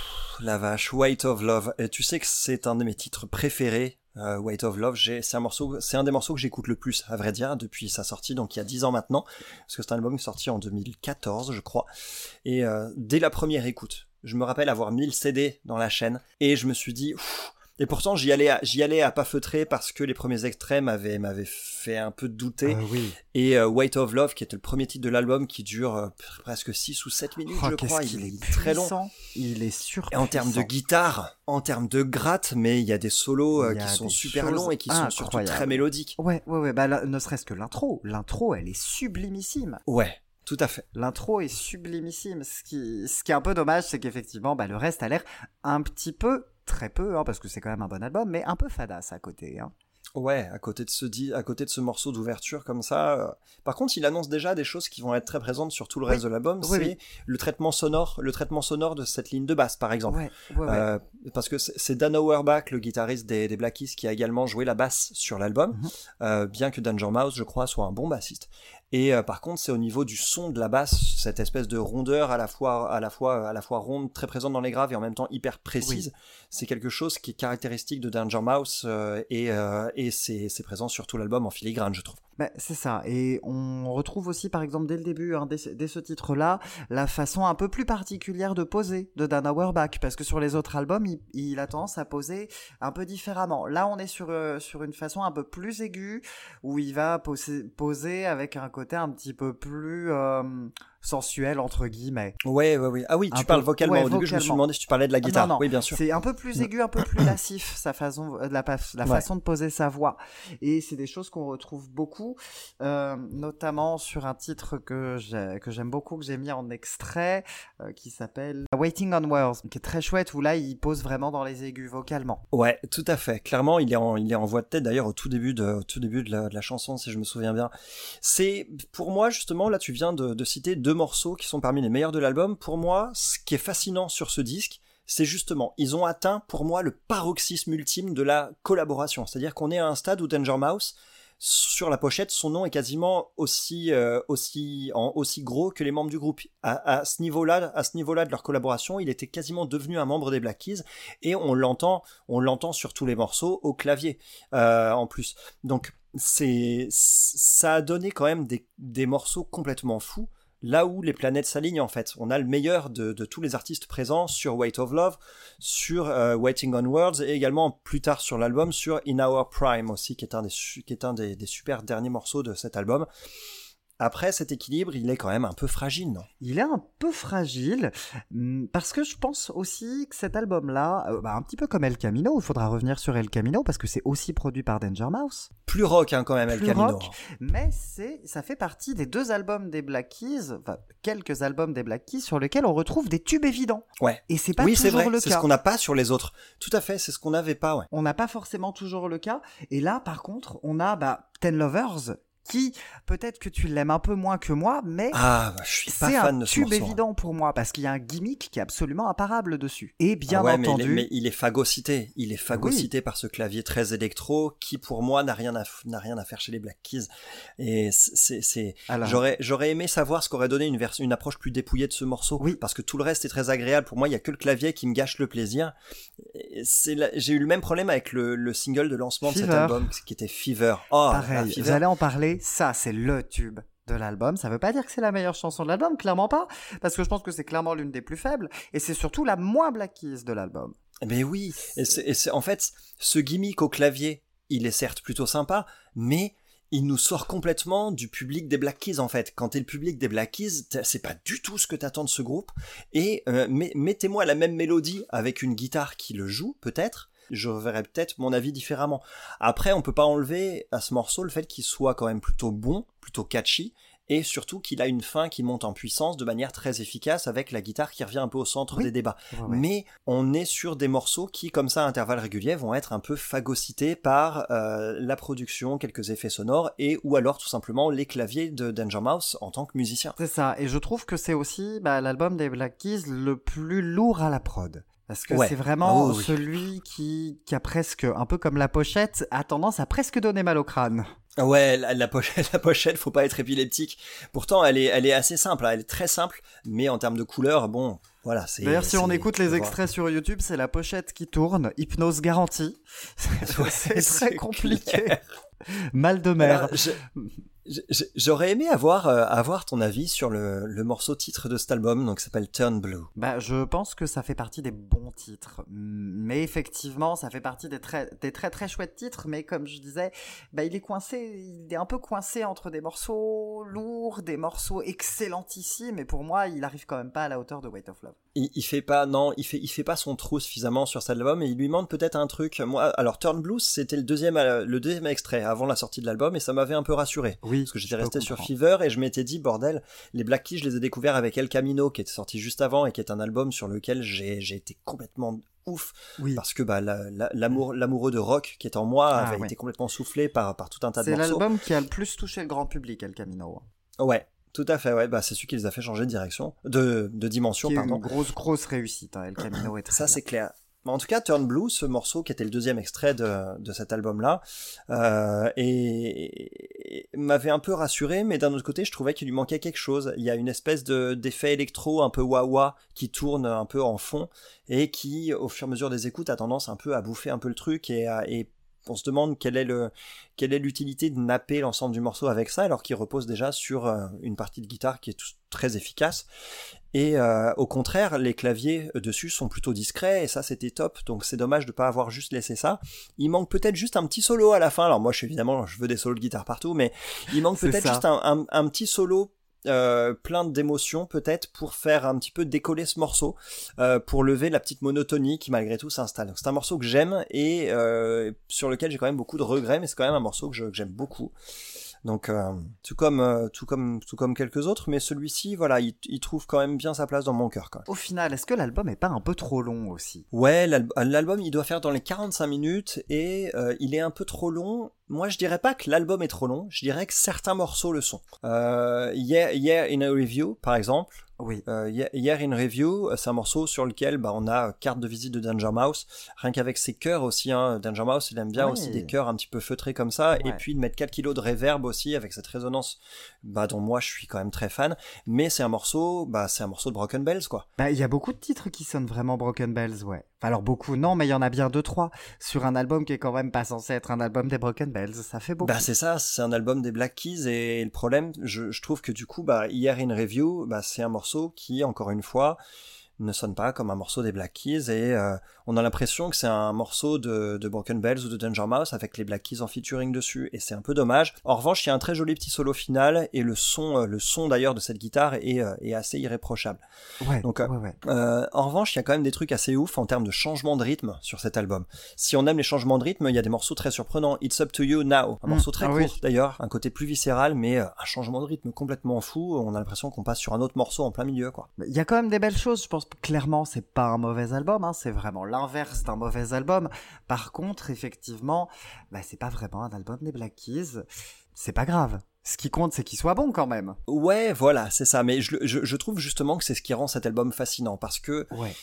La vache, Weight of Love. Et tu sais que c'est un de mes titres préférés. Euh, Weight of Love, j'ai, c'est un morceau, c'est un des morceaux que j'écoute le plus, à vrai dire, depuis sa sortie, donc il y a dix ans maintenant, parce que c'est un album sorti en deux mille quatorze, je crois. Et euh, dès la première écoute, je me rappelle avoir mis le C D dans la chaîne, et je me suis dit, ouf. Et pourtant j'y allais, à, j'y allais à pas feutrer parce que les premiers extraits m'avaient, m'avaient fait un peu douter. Euh, oui. Et euh, Weight of Love, qui était le premier titre de l'album, qui dure euh, presque six ou sept minutes, Oh, je qu'est-ce crois, qu'il il est est très long. puissant. Il est sur. Et en termes de guitare, en termes de gratte, mais il y a des solos euh, Il y a qui sont des super choses longs et qui sont surtout incroyables. très mélodiques. Ouais, ouais, ouais. Bah, là, ne serait-ce que l'intro. L'intro, elle est sublimissime. Ouais, tout à fait. L'intro est sublimissime. Ce qui, ce qui est un peu dommage, c'est qu'effectivement, bah, le reste a l'air un petit peu, très peu, hein, parce que c'est quand même un bon album, mais un peu fadasse à côté. Hein. Ouais, à côté de ce di- à côté de ce morceau d'ouverture comme ça. euh. Par contre, il annonce déjà des choses qui vont être très présentes sur tout le reste Oui. de l'album. Oui, c'est oui. le traitement sonore, le traitement sonore de cette ligne de basse, par exemple. Ouais, ouais, ouais. Euh, parce que c'est c'est Dan Auerbach, le guitariste des, des Black Keys, qui a également joué la basse sur l'album, Mhm. euh, bien que Danger Mouse, je crois, soit un bon bassiste. Et euh, par contre, c'est au niveau du son de la basse, cette espèce de rondeur à la fois, à la fois, à la fois ronde, très présente dans les graves et en même temps hyper précise. Oui. C'est quelque chose qui est caractéristique de Danger Mouse euh, et, euh, et c'est, c'est présent sur tout l'album en filigrane, je trouve. Ben, c'est ça, et on retrouve aussi par exemple dès le début, hein, dès, dès ce titre-là, la façon un peu plus particulière de poser de Dan Auerbach, parce que sur les autres albums, il, il a tendance à poser un peu différemment. Là, on est sur, euh, sur une façon un peu plus aiguë, où il va poser, poser avec un côté un petit peu plus... Euh, sensuel entre guillemets. Ouais, ouais, ouais. Ah oui, tu un parles peu, vocalement. Ouais, Au début, vocalement. Je me suis demandé si tu parlais de la guitare. Ah, non, non. Oui, bien sûr. C'est un peu plus aigu, un peu plus lassif, sa façon, la, la façon ouais. de poser sa voix. Et c'est des choses qu'on retrouve beaucoup, euh, notamment sur un titre que, j'ai, que j'aime beaucoup, que j'ai mis en extrait, euh, qui s'appelle Waiting on Words, qui est très chouette, où là, il pose vraiment dans les aigus vocalement. Ouais, tout à fait. Clairement, il est en, il est en voix de tête, d'ailleurs, au tout début de, au tout début de la, de la chanson, si je me souviens bien. C'est, pour moi, justement, là, tu viens de, de citer deux morceaux qui sont parmi les meilleurs de l'album. Pour moi, ce qui est fascinant sur ce disque, c'est justement, ils ont atteint pour moi le paroxysme ultime de la collaboration. C'est-à-dire qu'on est à un stade où Danger Mouse, sur la pochette, son nom est quasiment aussi, euh, aussi, en, aussi gros que les membres du groupe. À, à ce niveau-là, à ce niveau-là de leur collaboration, il était quasiment devenu un membre des Black Keys et on l'entend, on l'entend sur tous les morceaux au clavier, euh, en plus. Donc, c'est, ça a donné quand même des, des morceaux complètement fous. Là où les planètes s'alignent en fait. On a le meilleur de, de tous les artistes présents sur Weight of Love, sur euh, Waiting on Words et également plus tard sur l'album sur In Our Prime aussi, qui est un des, qui est un des, des super derniers morceaux de cet album. Après, cet équilibre, il est quand même un peu fragile, non ? Il est un peu fragile, parce que je pense aussi que cet album-là, euh, bah, un petit peu comme El Camino, il faudra revenir sur El Camino, parce que c'est aussi produit par Danger Mouse. Plus rock, hein, quand même, El Plus Camino. Rock, mais c'est, ça fait partie des deux albums des Black Keys, enfin, quelques albums des Black Keys, sur lesquels on retrouve des tubes évidents. Ouais. Et c'est pas oui, toujours c'est vrai, le c'est cas. ce qu'on n'a pas sur les autres. Tout à fait, c'est ce qu'on n'avait pas, ouais. On n'a pas forcément toujours le cas. Et là, par contre, on a, bah, Ten Lovers, qui, peut-être que tu l'aimes un peu moins que moi, mais ah, bah, je suis pas c'est fan un de ce tube morceau. évident pour moi, parce qu'il y a un gimmick qui est absolument imparable dessus. Et bien ah ouais, entendu... Mais il, est, mais il est phagocyté, il est phagocyté oui. par ce clavier très électro, qui pour moi n'a rien à, n'a rien à faire chez les Black Keys. Et c'est, c'est... Alors... J'aurais, j'aurais aimé savoir ce qu'aurait donné une, vers... une approche plus dépouillée de ce morceau, oui. parce que tout le reste est très agréable. Pour moi, il y a que le clavier qui me gâche le plaisir. C'est la... J'ai eu le même problème avec le, le single de lancement Fever. de cet album, qui était Fever. Oh, pareil, Fever. J'allais en parler, ça c'est le tube de l'album. Ça veut pas dire que c'est la meilleure chanson de l'album, clairement pas, parce que je pense que c'est clairement l'une des plus faibles, et c'est surtout la moins Black Keys de l'album. Mais oui, et c'est, et c'est, en fait, ce gimmick au clavier, il est certes plutôt sympa, mais il nous sort complètement du public des Black Keys en fait. Quand t'es le public des Black Keys, c'est pas du tout ce que t'attends de ce groupe, et euh, mais, mettez-moi la même mélodie avec une guitare qui le joue, peut-être, je verrais peut-être mon avis différemment. Après, on peut pas enlever à ce morceau le fait qu'il soit quand même plutôt bon, plutôt catchy, et surtout qu'il a une fin qui monte en puissance de manière très efficace avec la guitare qui revient un peu au centre oui. des débats. Ouais, ouais. Mais on est sur des morceaux qui, comme ça, à intervalles réguliers, vont être un peu phagocytés par euh, la production, quelques effets sonores, et ou alors tout simplement les claviers de Danger Mouse en tant que musicien. C'est ça, et je trouve que c'est aussi bah, l'album des Black Keys le plus lourd à la prod. Parce que ouais. c'est vraiment oh, oui. celui qui, qui a presque, un peu comme la pochette, a tendance à presque donner mal au crâne. Ouais, la, la, pochette, la pochette, faut pas être épileptique. Pourtant, elle est, elle est assez simple, elle est très simple, mais en termes de couleur, bon, voilà. C'est, D'ailleurs, si c'est, on écoute les extraits sur YouTube, c'est la pochette qui tourne, hypnose garantie. Ouais, c'est, c'est très compliqué. Clair. Mal de mer. Alors, je... J'aurais aimé avoir, euh, avoir ton avis sur le, le morceau titre de cet album, donc qui s'appelle Turn Blue. Bah, je pense que ça fait partie des bons titres, mais effectivement, ça fait partie des très, des très très chouettes titres, mais comme je disais, bah, il est coincé, il est un peu coincé entre des morceaux lourds, des morceaux excellentissimes, et pour moi, il arrive quand même pas à la hauteur de Weight of Love. Il, il fait pas, non, il fait, il fait pas son trou suffisamment sur cet album, et il lui manque peut-être un truc. Moi, alors Turn Blue, c'était le deuxième, le deuxième extrait avant la sortie de l'album, et ça m'avait un peu rassuré. Oui. Parce que j'étais resté sur Fever et je m'étais dit, bordel, les Black Keys, je les ai découverts avec El Camino, qui était sorti juste avant et qui est un album sur lequel j'ai, j'ai été complètement ouf. Oui. Parce que bah, la, la, l'amour, l'amoureux de rock qui est en moi ah, avait oui. été complètement soufflé par, par tout un tas c'est de morceaux. C'est l'album qui a le plus touché le grand public, El Camino. Ouais. Tout à fait, ouais, bah, c'est celui qui les a fait changer de direction, de, de dimension, qui est pardon. Une grosse, grosse réussite, hein. El Camino est très Ça, bien. c'est clair. En tout cas, Turn Blue, ce morceau qui était le deuxième extrait de, de cet album-là, euh, et, et m'avait un peu rassuré, mais d'un autre côté, je trouvais qu'il lui manquait quelque chose. Il y a une espèce de, d'effet électro un peu wah-wah qui tourne un peu en fond, et qui, au fur et à mesure des écoutes, a tendance un peu à bouffer un peu le truc, et, à, et on se demande quelle est, le, quelle est l'utilité de napper l'ensemble du morceau avec ça, alors qu'il repose déjà sur euh, une partie de guitare qui est tout, très efficace. Et euh, au contraire, les claviers dessus sont plutôt discrets, et ça c'était top, donc c'est dommage de pas avoir juste laissé ça. Il manque peut-être juste un petit solo à la fin, alors moi je suis évidemment, je veux des solos de guitare partout, mais il manque C'est peut-être ça. juste un, un, un petit solo Euh, plein d'émotions peut-être pour faire un petit peu décoller ce morceau, euh, pour lever la petite monotonie qui malgré tout s'installe. Donc c'est un morceau que j'aime et euh, sur lequel j'ai quand même beaucoup de regrets, mais c'est quand même un morceau que, je, que j'aime beaucoup. Donc euh, tout comme euh, tout comme tout comme quelques autres, mais celui-ci, voilà, il, il trouve quand même bien sa place dans mon cœur quand même. Au final, est-ce que l'album est pas un peu trop long aussi? Ouais, l'al- l'album il doit faire dans les quarante-cinq minutes et euh, il est un peu trop long. Moi, je dirais pas que l'album est trop long, je dirais que certains morceaux le sont. Euh, Year, Year in a Review, par exemple. Oui. Euh, Year Year in Review, c'est un morceau sur lequel bah, on a carte de visite de Danger Mouse, rien qu'avec ses chœurs aussi. Hein. Danger Mouse, il aime bien Ouais. aussi des chœurs un petit peu feutrés comme ça, et Ouais. puis de mettre quatre kilos de reverb aussi avec cette résonance, bah, dont moi je suis quand même très fan. Mais c'est un morceau, bah, c'est un morceau de Broken Bells quoi. Bah, il y a beaucoup de titres qui sonnent vraiment Broken Bells, ouais. Enfin, alors beaucoup, non, mais il y en a bien deux, trois. Sur un album qui est quand même pas censé être un album des Broken Bells, ça fait beaucoup. Bah c'est ça, c'est un album des Black Keys et le problème, je, je trouve que du coup, bah Year in Review, bah c'est un morceau qui, encore une fois, ne sonne pas comme un morceau des Black Keys et euh, on a l'impression que c'est un morceau de, de Broken Bells ou de Danger Mouse avec les Black Keys en featuring dessus et c'est un peu dommage. En revanche, il y a un très joli petit solo final et le son, euh, le son d'ailleurs de cette guitare est, euh, est assez irréprochable. Ouais, Donc, euh, ouais, ouais. Euh, en revanche, il y a quand même des trucs assez ouf en termes de changement de rythme sur cet album. Si on aime les changements de rythme, il y a des morceaux très surprenants. It's Up to You Now, un Mm, morceau très ah court oui. d'ailleurs, un côté plus viscéral, mais euh, un changement de rythme complètement fou. On a l'impression qu'on passe sur un autre morceau en plein milieu, quoi. Mais il y a quand même des belles choses, je pense que clairement c'est pas un mauvais album, hein, c'est vraiment l'inverse d'un mauvais album. Par contre, effectivement, bah, c'est pas vraiment un album des Black Keys, c'est pas grave. Ce qui compte, c'est qu'il soit bon quand même. Ouais, voilà, c'est ça. Mais je, je, je trouve justement que c'est ce qui rend cet album fascinant, parce que Ouais.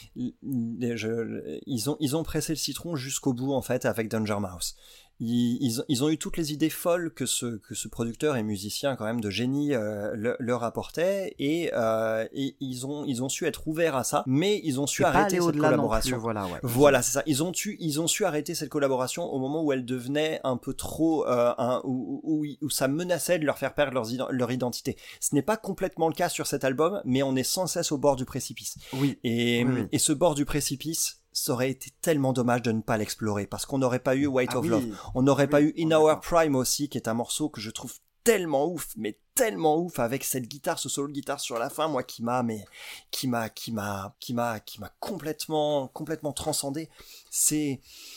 l- je- ils ont ils ont pressé le citron jusqu'au bout en fait avec Danger Mouse. Ils, ils, ils ont eu toutes les idées folles que ce, que ce producteur et musicien quand même de génie euh, le- leur apportait et, euh, et ils, ont, ils ont su être ouverts à ça, mais ils ont su C'est pas arrêter aller cette au-delà non collaboration. plus, voilà, ouais. Voilà, c'est ça. Ils ont, su, ils ont su arrêter cette collaboration au moment où elle devenait un peu trop, euh, un, où, où, où ça menaçait de leur faire perdre leurs iden- leur identité. Ce n'est pas complètement le cas sur cet album, mais on est sans cesse au bord du précipice. Oui. Et, Oui, oui. et ce bord du précipice, ça aurait été tellement dommage de ne pas l'explorer, parce qu'on n'aurait pas eu Weight Ah of oui. Love. On n'aurait Oui, pas eu on In est Our d'accord. Prime aussi, qui est un morceau que je trouve tellement ouf, mais tellement ouf, avec cette guitare, ce solo de guitare sur la fin, moi, qui m'a, mais, qui m'a, qui m'a, qui m'a, qui m'a complètement, complètement transcendé. C'est,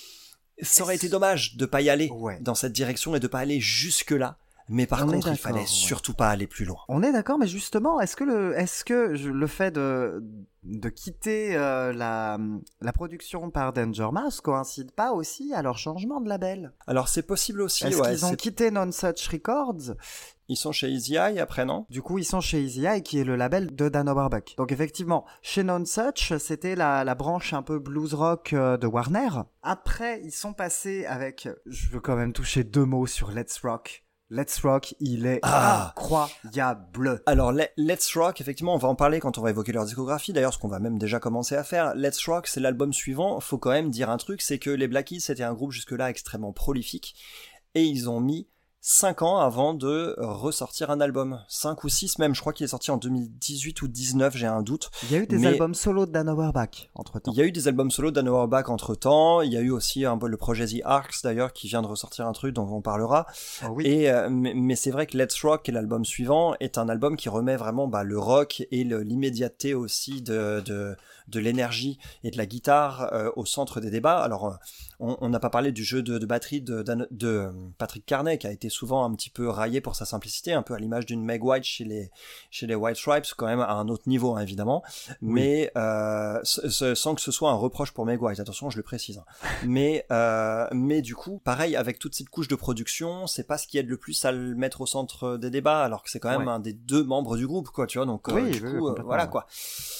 ça aurait été dommage de pas y aller Ouais. dans cette direction et de pas aller jusque là. Mais par On est contre, il d'accord, fallait ouais. surtout pas aller plus loin. On est d'accord, mais justement, est-ce que le, est-ce que je- le fait de, de quitter euh, la, la production par Danger Mouse coïncide pas aussi à leur changement de label? Alors, c'est possible aussi, Est-ce ouais. qu'ils ont c'est- quitté Non Such Records? Ils sont chez Easy Eye après, non? Du coup, ils sont chez Easy Eye, qui est le label de Dan Auerbach. Donc effectivement, chez Non Such, c'était la, la branche un peu blues rock euh, de Warner. Après, ils sont passés avec, je veux quand même toucher deux mots sur Let's Rock. Let's Rock, il est Ah. incroyable. Alors, Le- Let's Rock, effectivement, on va en parler quand on va évoquer leur discographie, d'ailleurs, ce qu'on va même déjà commencer à faire. Let's Rock, c'est l'album suivant. Faut quand même dire un truc, c'est que les Black Keys, c'était un groupe jusque-là extrêmement prolifique, et ils ont mis cinq ans avant de ressortir un album. cinq ou six même, je crois qu'il est sorti en deux mille dix-huit ou dix-neuf, j'ai un doute. Il y a eu des Mais- albums solo de Dan Auerbach, entre-temps. Il y a eu des albums solo d'Anne Auerbach entre temps, il y a eu aussi un peu le projet The Arcs d'ailleurs qui vient de ressortir un truc dont on parlera. Oh oui. Et euh, mais, mais c'est vrai que Let's Rock, qui est l'album suivant, est un album qui remet vraiment bah, le rock et le- l'immédiateté aussi de, de, de l'énergie et de la guitare euh, au centre des débats. Alors, euh, on on n'a pas parlé du jeu de, de batterie de, d'Anne- de euh, Patrick Carney, qui a été souvent un petit peu raillé pour sa simplicité, un peu à l'image d'une Meg White chez les, chez les White Stripes, quand même à un autre niveau, hein, évidemment. Mais euh, ce- ce- sans que ce soit un reproche pour Meg White, attention, je le précise. hein. Mais, euh, mais du coup, pareil, avec toute cette couche de production, c'est pas ce qui aide le plus à le mettre au centre des débats, alors que c'est quand même Ouais. un des deux membres du groupe, quoi, tu vois. Donc, euh, Oui, du oui, coup, euh, complètement, voilà, ouais. quoi.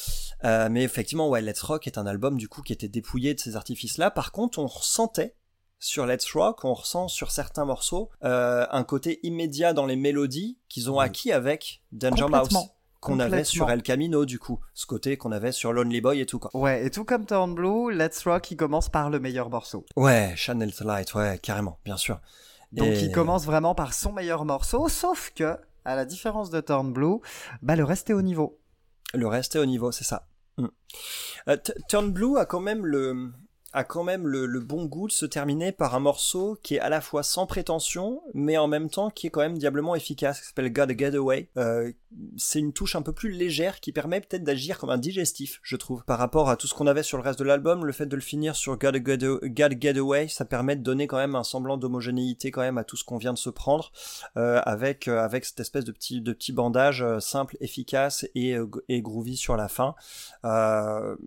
Euh, mais effectivement, ouais, Let's Rock est un album du coup qui était dépouillé de ces artifices-là. Par contre, on ressentait sur Let's Rock, on ressent sur certains morceaux euh, un côté immédiat dans les mélodies qu'ils ont Oui. acquis avec Danger Complètement. Mouse, qu'on avait sur Complètement. El Camino du coup, ce côté qu'on avait sur Lonely Boy et tout quoi. Ouais, et tout comme Turn Blue, Let's Rock, il commence par le meilleur morceau. Ouais, Channel the Light, ouais, carrément, bien sûr. Donc Et- il commence vraiment par son meilleur morceau, sauf que, à la différence de Turn Blue, bah le reste est au niveau. Le reste est au niveau, c'est ça. Mm. Euh, T- Turn Blue a quand même le a quand même le, le bon goût de se terminer par un morceau qui est à la fois sans prétention, mais en même temps qui est quand même diablement efficace, qui s'appelle Gotta Get Away. Euh, c'est une touche un peu plus légère qui permet peut-être d'agir comme un digestif, je trouve. Par rapport à tout ce qu'on avait sur le reste de l'album, le fait de le finir sur Gotta Get, Gotta Get Away, ça permet de donner quand même un semblant d'homogénéité quand même à tout ce qu'on vient de se prendre, euh, avec, euh, avec cette espèce de petit, de petit bandage euh, simple, efficace et, euh, et groovy sur la fin. Euh,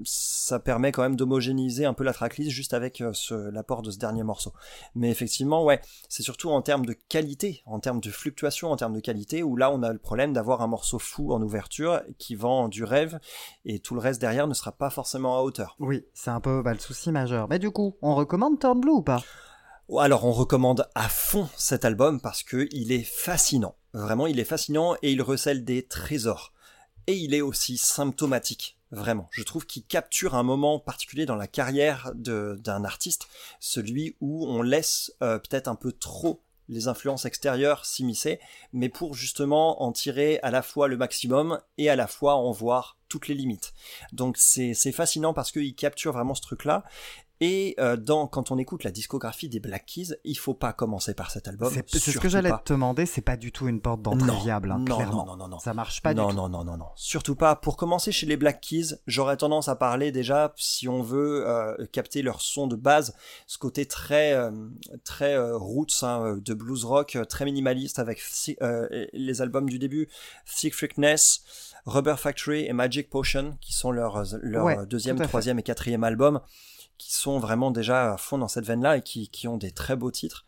ça permet quand même d'homogénéiser un peu la tracklist juste avec euh, ce, l'apport de ce dernier morceau. Mais effectivement, ouais, c'est surtout en termes de qualité, en termes de fluctuation, en termes de qualité, où là on a le problème d'avoir un morceau fou en ouverture qui vend du rêve et tout le reste derrière ne sera pas forcément à hauteur. Oui, c'est un peu bah, le souci majeur. Mais du coup, on recommande Turn Blue ou pas? Alors on recommande à fond cet album parce que il est fascinant. Vraiment, il est fascinant et il recèle des trésors. Et il est aussi symptomatique. Vraiment, je trouve qu'il capture un moment particulier dans la carrière de, d'un artiste, celui où on laisse euh, peut-être un peu trop les influences extérieures s'immiscer, mais pour justement en tirer à la fois le maximum et à la fois en voir toutes les limites. Donc c'est, c'est fascinant parce qu'il capture vraiment ce truc-là. Et euh, dans, quand on écoute la discographie des Black Keys, il faut pas commencer par cet album. C'est, c'est ce surtout que j'allais pas. te demander, c'est pas du tout une porte d'entrée Non, viable, hein, non, clairement. non, non, non, non. Ça marche pas non, du tout. non, non, non, non, surtout pas. Pour commencer chez les Black Keys, j'aurais tendance à parler déjà, si on veut euh, capter leur son de base, ce côté très, euh, très euh, roots hein, de blues rock, euh, très minimaliste avec euh, les albums du début, Thick Freakness, Rubber Factory et Magic Potion, qui sont leurs leur Ouais, deuxième, tout à fait. troisième et quatrième albums, qui sont vraiment déjà à fond dans cette veine-là et qui, qui ont des très beaux titres.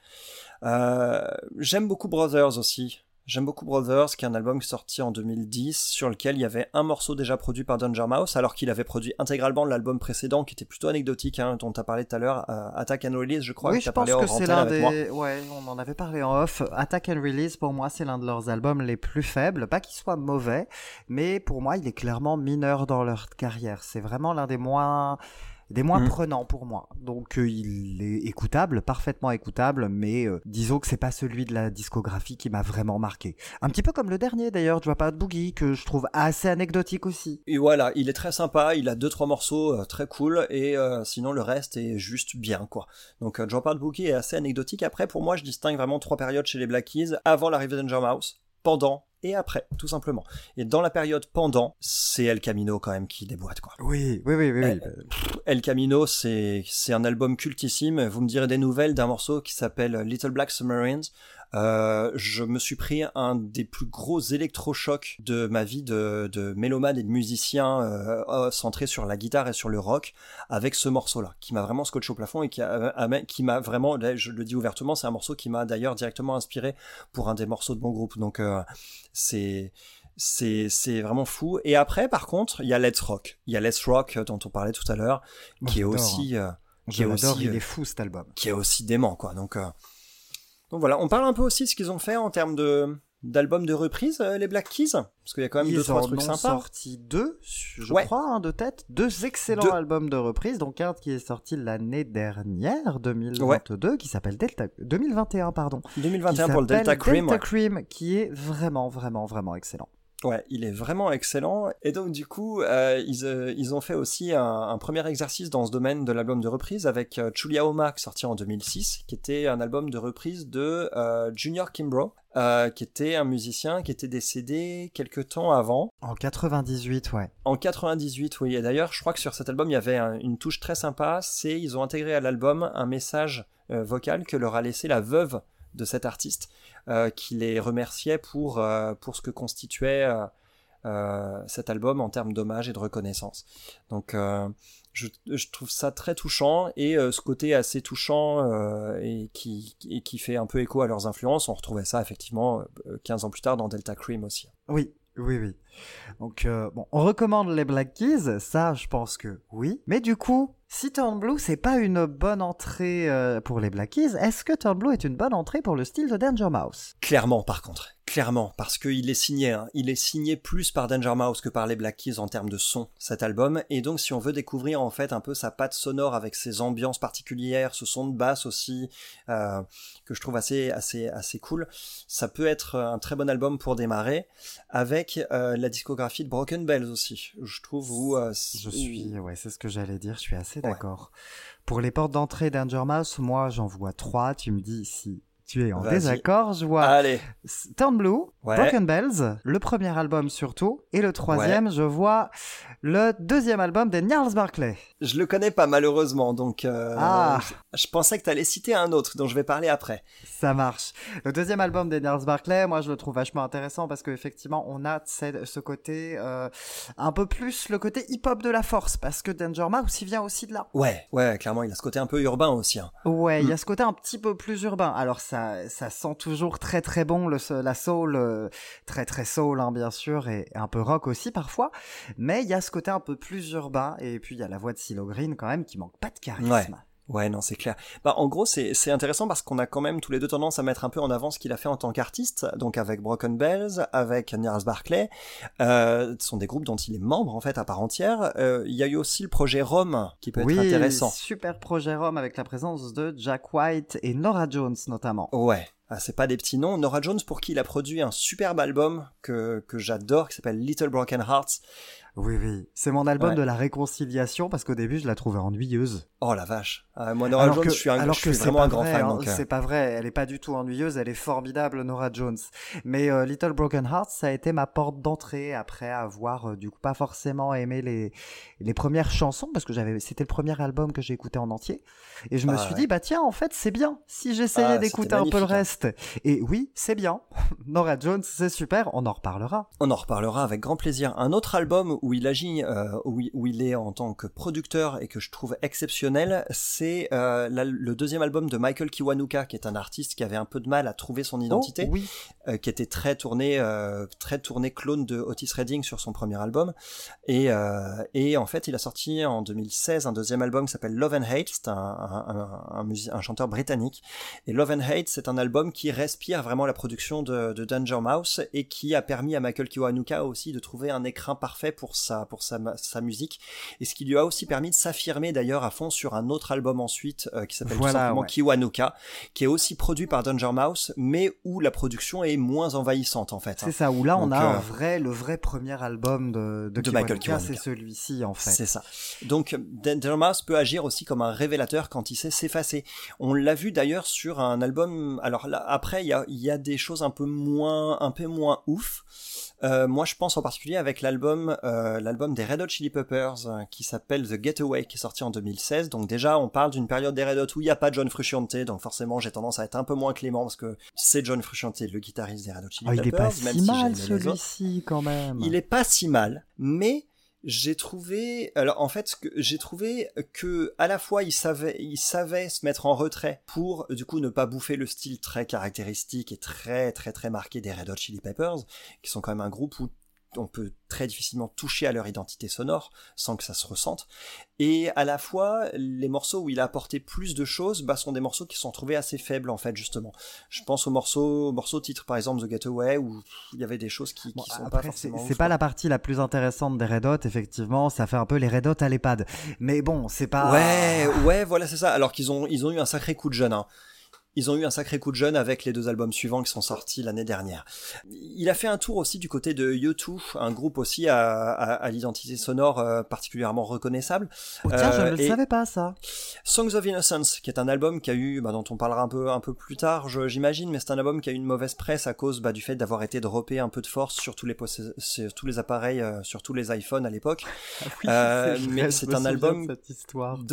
Euh, j'aime beaucoup Brothers aussi. J'aime beaucoup Brothers, qui est un album sorti en deux mille dix, sur lequel il y avait un morceau déjà produit par Danger Mouse, alors qu'il avait produit intégralement l'album précédent, qui était plutôt anecdotique, hein, dont tu as parlé tout à l'heure, euh, Attack and Release, je crois, Oui, que tu je as pense parlé que hors c'est antenne l'un avec moi. des... Ouais, on en avait parlé en off. Attack and Release, pour moi, c'est l'un de leurs albums les plus faibles. Pas qu'il soit mauvais, mais pour moi, il est clairement mineur dans leur carrière. C'est vraiment l'un des moins... des moins Mm. prenants pour moi. Donc euh, il est écoutable, parfaitement écoutable, mais euh, disons que c'est pas celui de la discographie qui m'a vraiment marqué. Un petit peu comme le dernier d'ailleurs, Dropout Boogie, que je trouve assez anecdotique aussi. Et voilà, il est très sympa, il a deux trois morceaux euh, très cool, et euh, sinon le reste est juste bien, quoi. Donc euh, Dropout Boogie est assez anecdotique. Après, pour moi, je distingue vraiment trois périodes chez les Black Keys, avant l'arrivée de Danger Mouse, pendant et après, tout simplement. Et dans la période pendant, c'est El Camino quand même qui déboîte, quoi. Oui, oui, oui, oui. oui. El Camino, c'est, c'est un album cultissime. Vous me direz des nouvelles d'un morceau qui s'appelle Little Black Submarines. Euh, je me suis pris un des plus gros électrochocs de ma vie de, de mélomane et de musicien euh, euh, centré sur la guitare et sur le rock avec ce morceau-là, qui m'a vraiment scotché au plafond et qui, a, a, qui m'a vraiment, là, je le dis ouvertement, c'est un morceau qui m'a d'ailleurs directement inspiré pour un des morceaux de mon groupe. Donc euh, c'est... C'est, c'est vraiment fou. Et après, par contre, il y a Let's Rock. Il y a Let's Rock dont on parlait tout à l'heure, Moi, qui est j'adore, aussi, euh, qui Je est l'adore, aussi, il euh, est fou cet album. qui est aussi dément, quoi. Donc, euh, donc voilà. On parle un peu aussi de ce qu'ils ont fait en termes de d'albums de reprise, euh, les Black Keys, parce qu'il y a quand même Ils deux trois en trucs ont sympas. sorti deux, je Ouais. crois, hein, de tête. Deux excellents Deux. albums de reprise, donc un qui est sorti l'année dernière, deux mille vingt-deux, qui s'appelle Delta... deux mille vingt et un, pardon. deux mille vingt et un qui pour le Delta s'appelle Cream. Delta Ouais. Cream, qui est vraiment, vraiment, vraiment excellent. Ouais, il est vraiment excellent. Et donc du coup, euh, ils, euh, ils ont fait aussi un, un premier exercice dans ce domaine de l'album de reprise avec euh, Chulia Oma, sorti en deux mille six, qui était un album de reprise de euh, Junior Kimbrough, euh, qui était un musicien qui était décédé quelques temps avant. En quatre-vingt-dix-huit, ouais. En quatre-vingt-dix-huit, oui. Et d'ailleurs, je crois que sur cet album, il y avait un- une touche très sympa, c'est ils ont intégré à l'album un message euh, vocal que leur a laissé la veuve de cet artiste, euh, qui les remerciait pour, euh, pour ce que constituait euh, euh, cet album en termes d'hommage et de reconnaissance. Donc euh, je, je trouve ça très touchant, et euh, ce côté assez touchant euh, et, qui, et qui fait un peu écho à leurs influences, on retrouvait ça effectivement euh, quinze ans plus tard dans Delta Cream aussi. Oui, Oui, oui. Donc, euh, bon, on recommande les Black Keys, ça, je pense que oui. Mais du coup, si Turn Blue, c'est pas une bonne entrée euh, pour les Black Keys, est-ce que Turn Blue est une bonne entrée pour le style de Danger Mouse? Clairement, par contre. Clairement, parce qu'il est signé, hein. Il est signé plus par Danger Mouse que par les Black Keys en termes de son, cet album, et donc si on veut découvrir en fait un peu sa patte sonore avec ses ambiances particulières, ce son de basse aussi, euh, que je trouve assez, assez, assez cool, ça peut être un très bon album pour démarrer, avec euh, la discographie de Broken Bells aussi, je trouve, où... Euh, je suis, ouais, c'est ce que j'allais dire, je suis assez d'accord. Ouais. Pour les portes d'entrée Danger Mouse, moi j'en vois trois, tu me dis si... Tu es en Vas-y. Désaccord, je vois Allez. Turn Blue, ouais. Broken Bells, le premier album surtout, et le troisième, ouais. je vois le deuxième album des Gnarls Barkley. Je le connais pas malheureusement, donc euh, ah. je, je pensais que tu allais citer un autre dont je vais parler après. Ça marche. Le deuxième album des Gnarls Barkley, moi je le trouve vachement intéressant parce qu'effectivement on a ce côté, euh, un peu plus le côté hip-hop de la force, parce que Danger Mouse il vient aussi de là. Ouais, ouais, clairement il a ce côté un peu urbain aussi. Hein. Ouais, mm. il y a ce côté un petit peu plus urbain. Alors ça ça sent toujours très très bon le, la soul, euh, très très soul hein, bien sûr, et, et un peu rock aussi parfois, mais il y a ce côté un peu plus urbain, et puis il y a la voix de CeeLo Green quand même qui manque pas de charisme. Ouais. Ouais, non, c'est clair. Bah, en gros, c'est, c'est intéressant parce qu'on a quand même tous les deux tendance à mettre un peu en avant ce qu'il a fait en tant qu'artiste, donc avec Broken Bells, avec Gnarls Barkley, euh, ce sont des groupes dont il est membre, en fait, à part entière. Euh, il y a eu aussi le projet Rome, qui peut oui, être intéressant. Oui, super projet Rome avec la présence de Jack White et Norah Jones, notamment. Ouais. Ah, c'est pas des petits noms. Norah Jones, pour qui il a produit un superbe album que, que j'adore, qui s'appelle Little Broken Hearts. Oui, oui. C'est mon album ouais. de la réconciliation parce qu'au début, je la trouvais ennuyeuse. Oh la vache. Ah, moi, Norah Jones, que, je suis, un, alors je que suis vraiment un grand vrai, fan. Hein, donc, euh... c'est pas vrai. Elle est pas du tout ennuyeuse. Elle est formidable, Norah Jones. Mais euh, Little Broken Hearts, ça a été ma porte d'entrée après avoir, euh, du coup, pas forcément aimé les, les premières chansons parce que j'avais, c'était le premier album que j'ai écouté en entier. Et je me ah, suis ouais. dit, bah tiens, en fait, c'est bien si j'essayais ah, d'écouter un peu le reste. Et oui, c'est bien. Norah Jones, c'est super. On en reparlera. On en reparlera avec grand plaisir. Un autre album où il agit, euh, où, où il est en tant que producteur et que je trouve exceptionnel, c'est euh, la, le deuxième album de Michael Kiwanuka, qui est un artiste qui avait un peu de mal à trouver son identité, oh, oui. euh, qui était très tourné, euh, très tourné clone de Otis Redding sur son premier album. Et, euh, et en fait, il a sorti en deux mille seize un deuxième album qui s'appelle Love and Hate. C'est un, un, un, un, musi- un chanteur britannique. Et Love and Hate, c'est un album qui respire vraiment la production de, de Danger Mouse et qui a permis à Michael Kiwanuka aussi de trouver un écrin parfait pour sa, pour sa, sa musique. Et ce qui lui a aussi permis de s'affirmer d'ailleurs à fond sur un autre album ensuite euh, qui s'appelle voilà, tout simplement ouais. Kiwanuka, qui est aussi produit par Danger Mouse, mais où la production est moins envahissante en fait. C'est hein. ça, où là on Donc, a euh, un vrai, le vrai premier album de, de, de Kiwanuka, Michael Kiwanuka. C'est celui-ci en fait. C'est ça. Donc Danger Mouse peut agir aussi comme un révélateur quand il sait s'effacer. On l'a vu d'ailleurs sur un album. Alors là, après il y a, il y a des choses un peu moins, un peu moins ouf. Euh, moi, je pense en particulier avec l'album, euh, l'album des Red Hot Chili Peppers euh, qui s'appelle The Getaway, qui est sorti en deux mille seize. Donc déjà, on parle d'une période des Red Hot où il n'y a pas John Frusciante, donc forcément, j'ai tendance à être un peu moins clément parce que c'est John Frusciante, le guitariste des Red Hot Chili oh, Peppers. Il est pas si même mal si celui-ci quand même. Il est pas si mal, mais j'ai trouvé, alors en fait, j'ai trouvé que à la fois il savait, il savait se mettre en retrait pour du coup ne pas bouffer le style très caractéristique et très très très marqué des Red Hot Chili Peppers, qui sont quand même un groupe où on peut très difficilement toucher à leur identité sonore sans que ça se ressente. Et à la fois, les morceaux où il a apporté plus de choses bah, sont des morceaux qui sont trouvés assez faibles en fait justement. Je pense aux morceaux, aux morceaux titres par exemple The Getaway où il y avait des choses qui, bon, qui sont après, pas forcément c'est, ouf, c'est pas la partie la plus intéressante des Red Hot, effectivement, ça fait un peu les Red Hot à l'EHPAD. Mais bon, c'est pas... Ouais, ouais, voilà, c'est ça. Alors qu'ils ont, ils ont eu un sacré coup de jeune, hein. Ils ont eu un sacré coup de jeune avec les deux albums suivants qui sont sortis l'année dernière. Il a fait un tour aussi du côté de U deux, un groupe aussi à, à, à l'identité sonore euh, particulièrement reconnaissable. Oh tiens, euh, je ne le savais pas ça. Songs of Innocence, qui est un album qui a eu, bah, dont on parlera un peu, un peu plus tard, je, j'imagine, mais c'est un album qui a eu une mauvaise presse à cause bah, du fait d'avoir été droppé un peu de force sur tous les, poss- sur tous les appareils, euh, sur tous les iPhones à l'époque. Ah oui, euh, c'est mais vrai, c'est je me un album de cette histoire. dont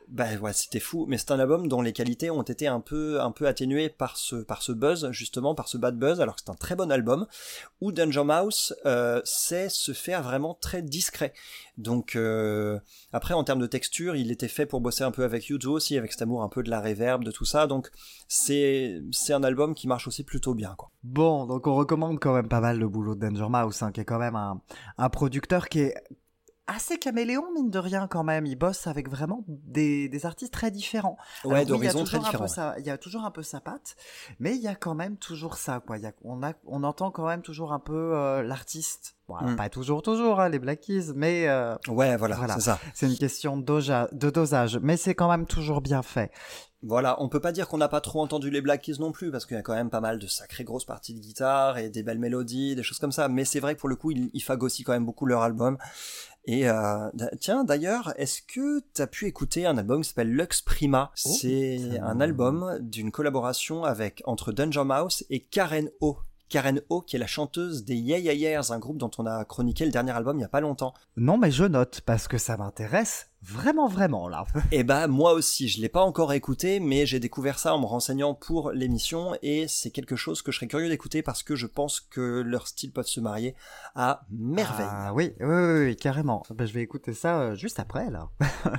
Bah ouais, c'était fou, mais c'est un album dont les qualités ont été un peu, un peu atténuées par ce, par ce buzz, justement, par ce bad buzz, alors que c'est un très bon album, où Danger Mouse euh, sait se faire vraiment très discret. Donc euh, après, en termes de texture, il était fait pour bosser un peu avec U deux aussi, avec cet amour un peu de la reverb, de tout ça, donc c'est, c'est un album qui marche aussi plutôt bien, quoi. Bon, donc on recommande quand même pas mal le boulot de Danger Mouse, hein, qui est quand même un, un producteur qui est assez caméléon, mine de rien, quand même. Il bosse avec vraiment des, des artistes très différents. Ouais, Alors, d'horizons oui, très il y a toujours un peu différents. sa- il y a toujours un peu sa patte, mais il y a quand même toujours ça, quoi. Il y a, on, a, on entend quand même toujours un peu euh, l'artiste. Bon, alors, Mm. pas toujours, toujours, hein, les Black Keys, mais euh, Ouais, voilà, Voilà. c'est ça. c'est une question de, doja- de dosage. Mais c'est quand même toujours bien fait. Voilà, on peut pas dire qu'on n'a pas trop entendu les Black Keys non plus, parce qu'il y a quand même pas mal de sacrées grosses parties de guitare et des belles mélodies, des choses comme ça, mais c'est vrai que pour le coup, ils, ils phagocyent quand même beaucoup leur album. Et euh, d- tiens, d'ailleurs, est-ce que t'as pu écouter un album qui s'appelle Lux Prima? C'est ça un me- album d'une collaboration avec entre Danger Mouse et Karen O. Karen O, qui est la chanteuse des Yeah Yeah Yeahs, un groupe dont on a chroniqué le dernier album il y a pas longtemps. Non, mais je note, parce que ça m'intéresse vraiment, vraiment, là. Et bah moi aussi, je l'ai pas encore écouté, mais j'ai découvert ça en me renseignant pour l'émission, et c'est quelque chose que je serais curieux d'écouter parce que je pense que leurs styles peuvent se marier à merveille. Ah oui, oui, oui, oui, carrément. Ben, je vais écouter ça euh, juste après, là.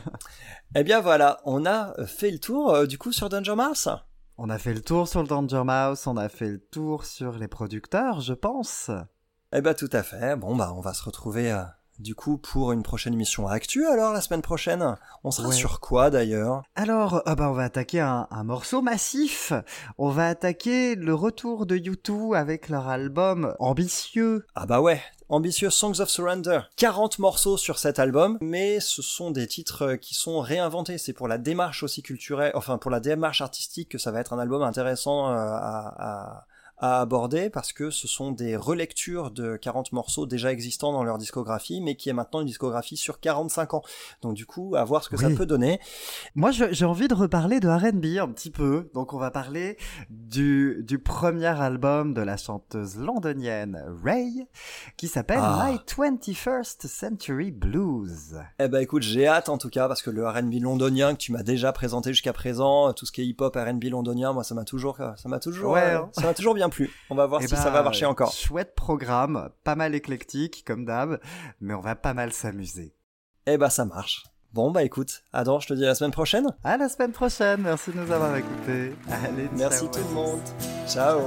Eh bien voilà, on a fait le tour euh, du coup sur Danger Mouse. On a fait le tour sur le Danger Mouse, on a fait le tour sur les producteurs, je pense. Eh ben tout à fait. Bon bah on va se retrouver euh, du coup pour une prochaine émission Actu alors la semaine prochaine. On sera Ouais. sur quoi d'ailleurs? Alors, ah bah, on va attaquer un, un morceau massif. On va attaquer le retour de U deux avec leur album ambitieux. Ah bah ouais, ambitieux Songs of Surrender. quarante morceaux sur cet album, mais ce sont des titres qui sont réinventés. C'est pour la démarche aussi culturelle, enfin pour la démarche artistique que ça va être un album intéressant euh, à, à, à aborder, parce que ce sont des relectures de quarante morceaux déjà existants dans leur discographie, mais qui est maintenant une discographie sur quarante-cinq ans. Donc du coup, à voir ce que ça Oui. peut donner. Moi, je- j'ai envie de reparler de R and B un petit peu. Donc, on va parler du, du premier album de la chanteuse londonienne Ray, qui s'appelle Ah. My twenty-first Century Blues. Eh ben écoute, j'ai hâte en tout cas, parce que le R and B londonien que tu m'as déjà présenté jusqu'à présent, tout ce qui est hip-hop R and B londonien, moi ça m'a toujours, ça m'a toujours, Ouais, euh, hein. ça m'a toujours bien plu. On va voir Eh si ça ben, va marcher encore. Chouette programme, pas mal éclectique comme d'hab, mais on va pas mal s'amuser. Eh ben ça marche. Bon bah écoute, Adam, je te dis à la semaine prochaine. À la semaine prochaine, merci de nous avoir écoutés. Allez, Merci ciao tout à le tous. monde. Ciao.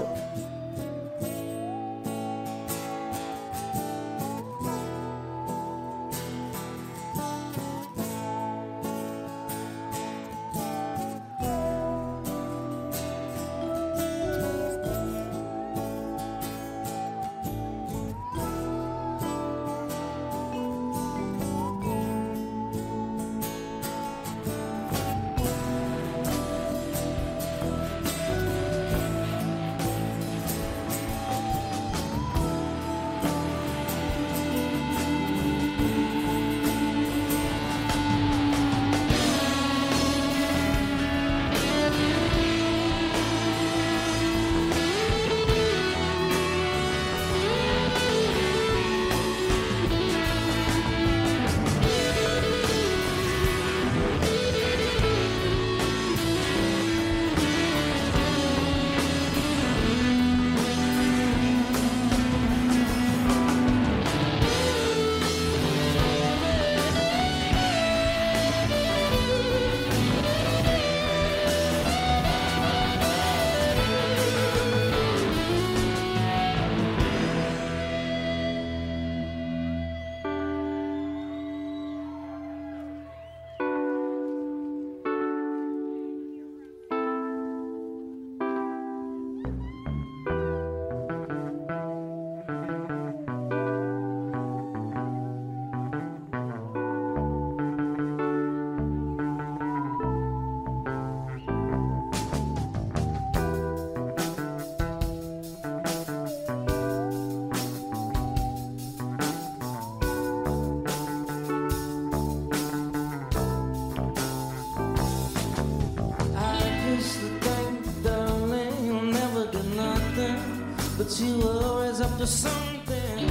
I used to think, darling, you'll never do nothing, but you were always up to something.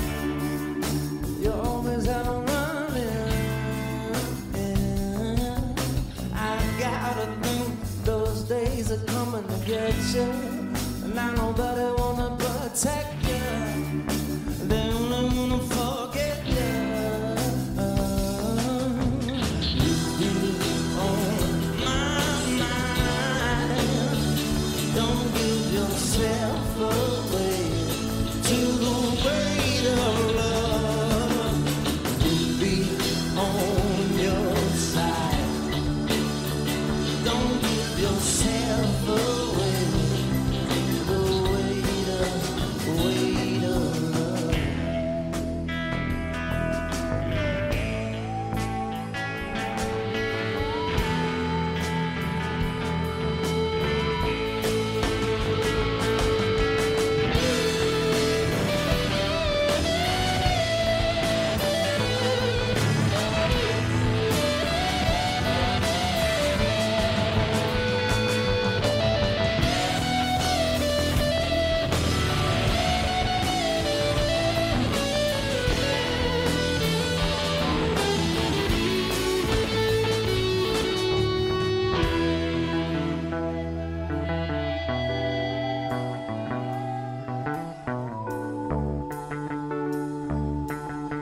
You're always out running. I forget you, and I know that I wanna protect you. They only wanna forget you. You be on my mind. Don't give yourself away to the weight of love. We'll be on your side. Don't give yourself away to the weight of, weight of love.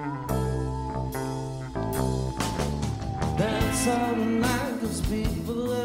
That's all night, 'cause people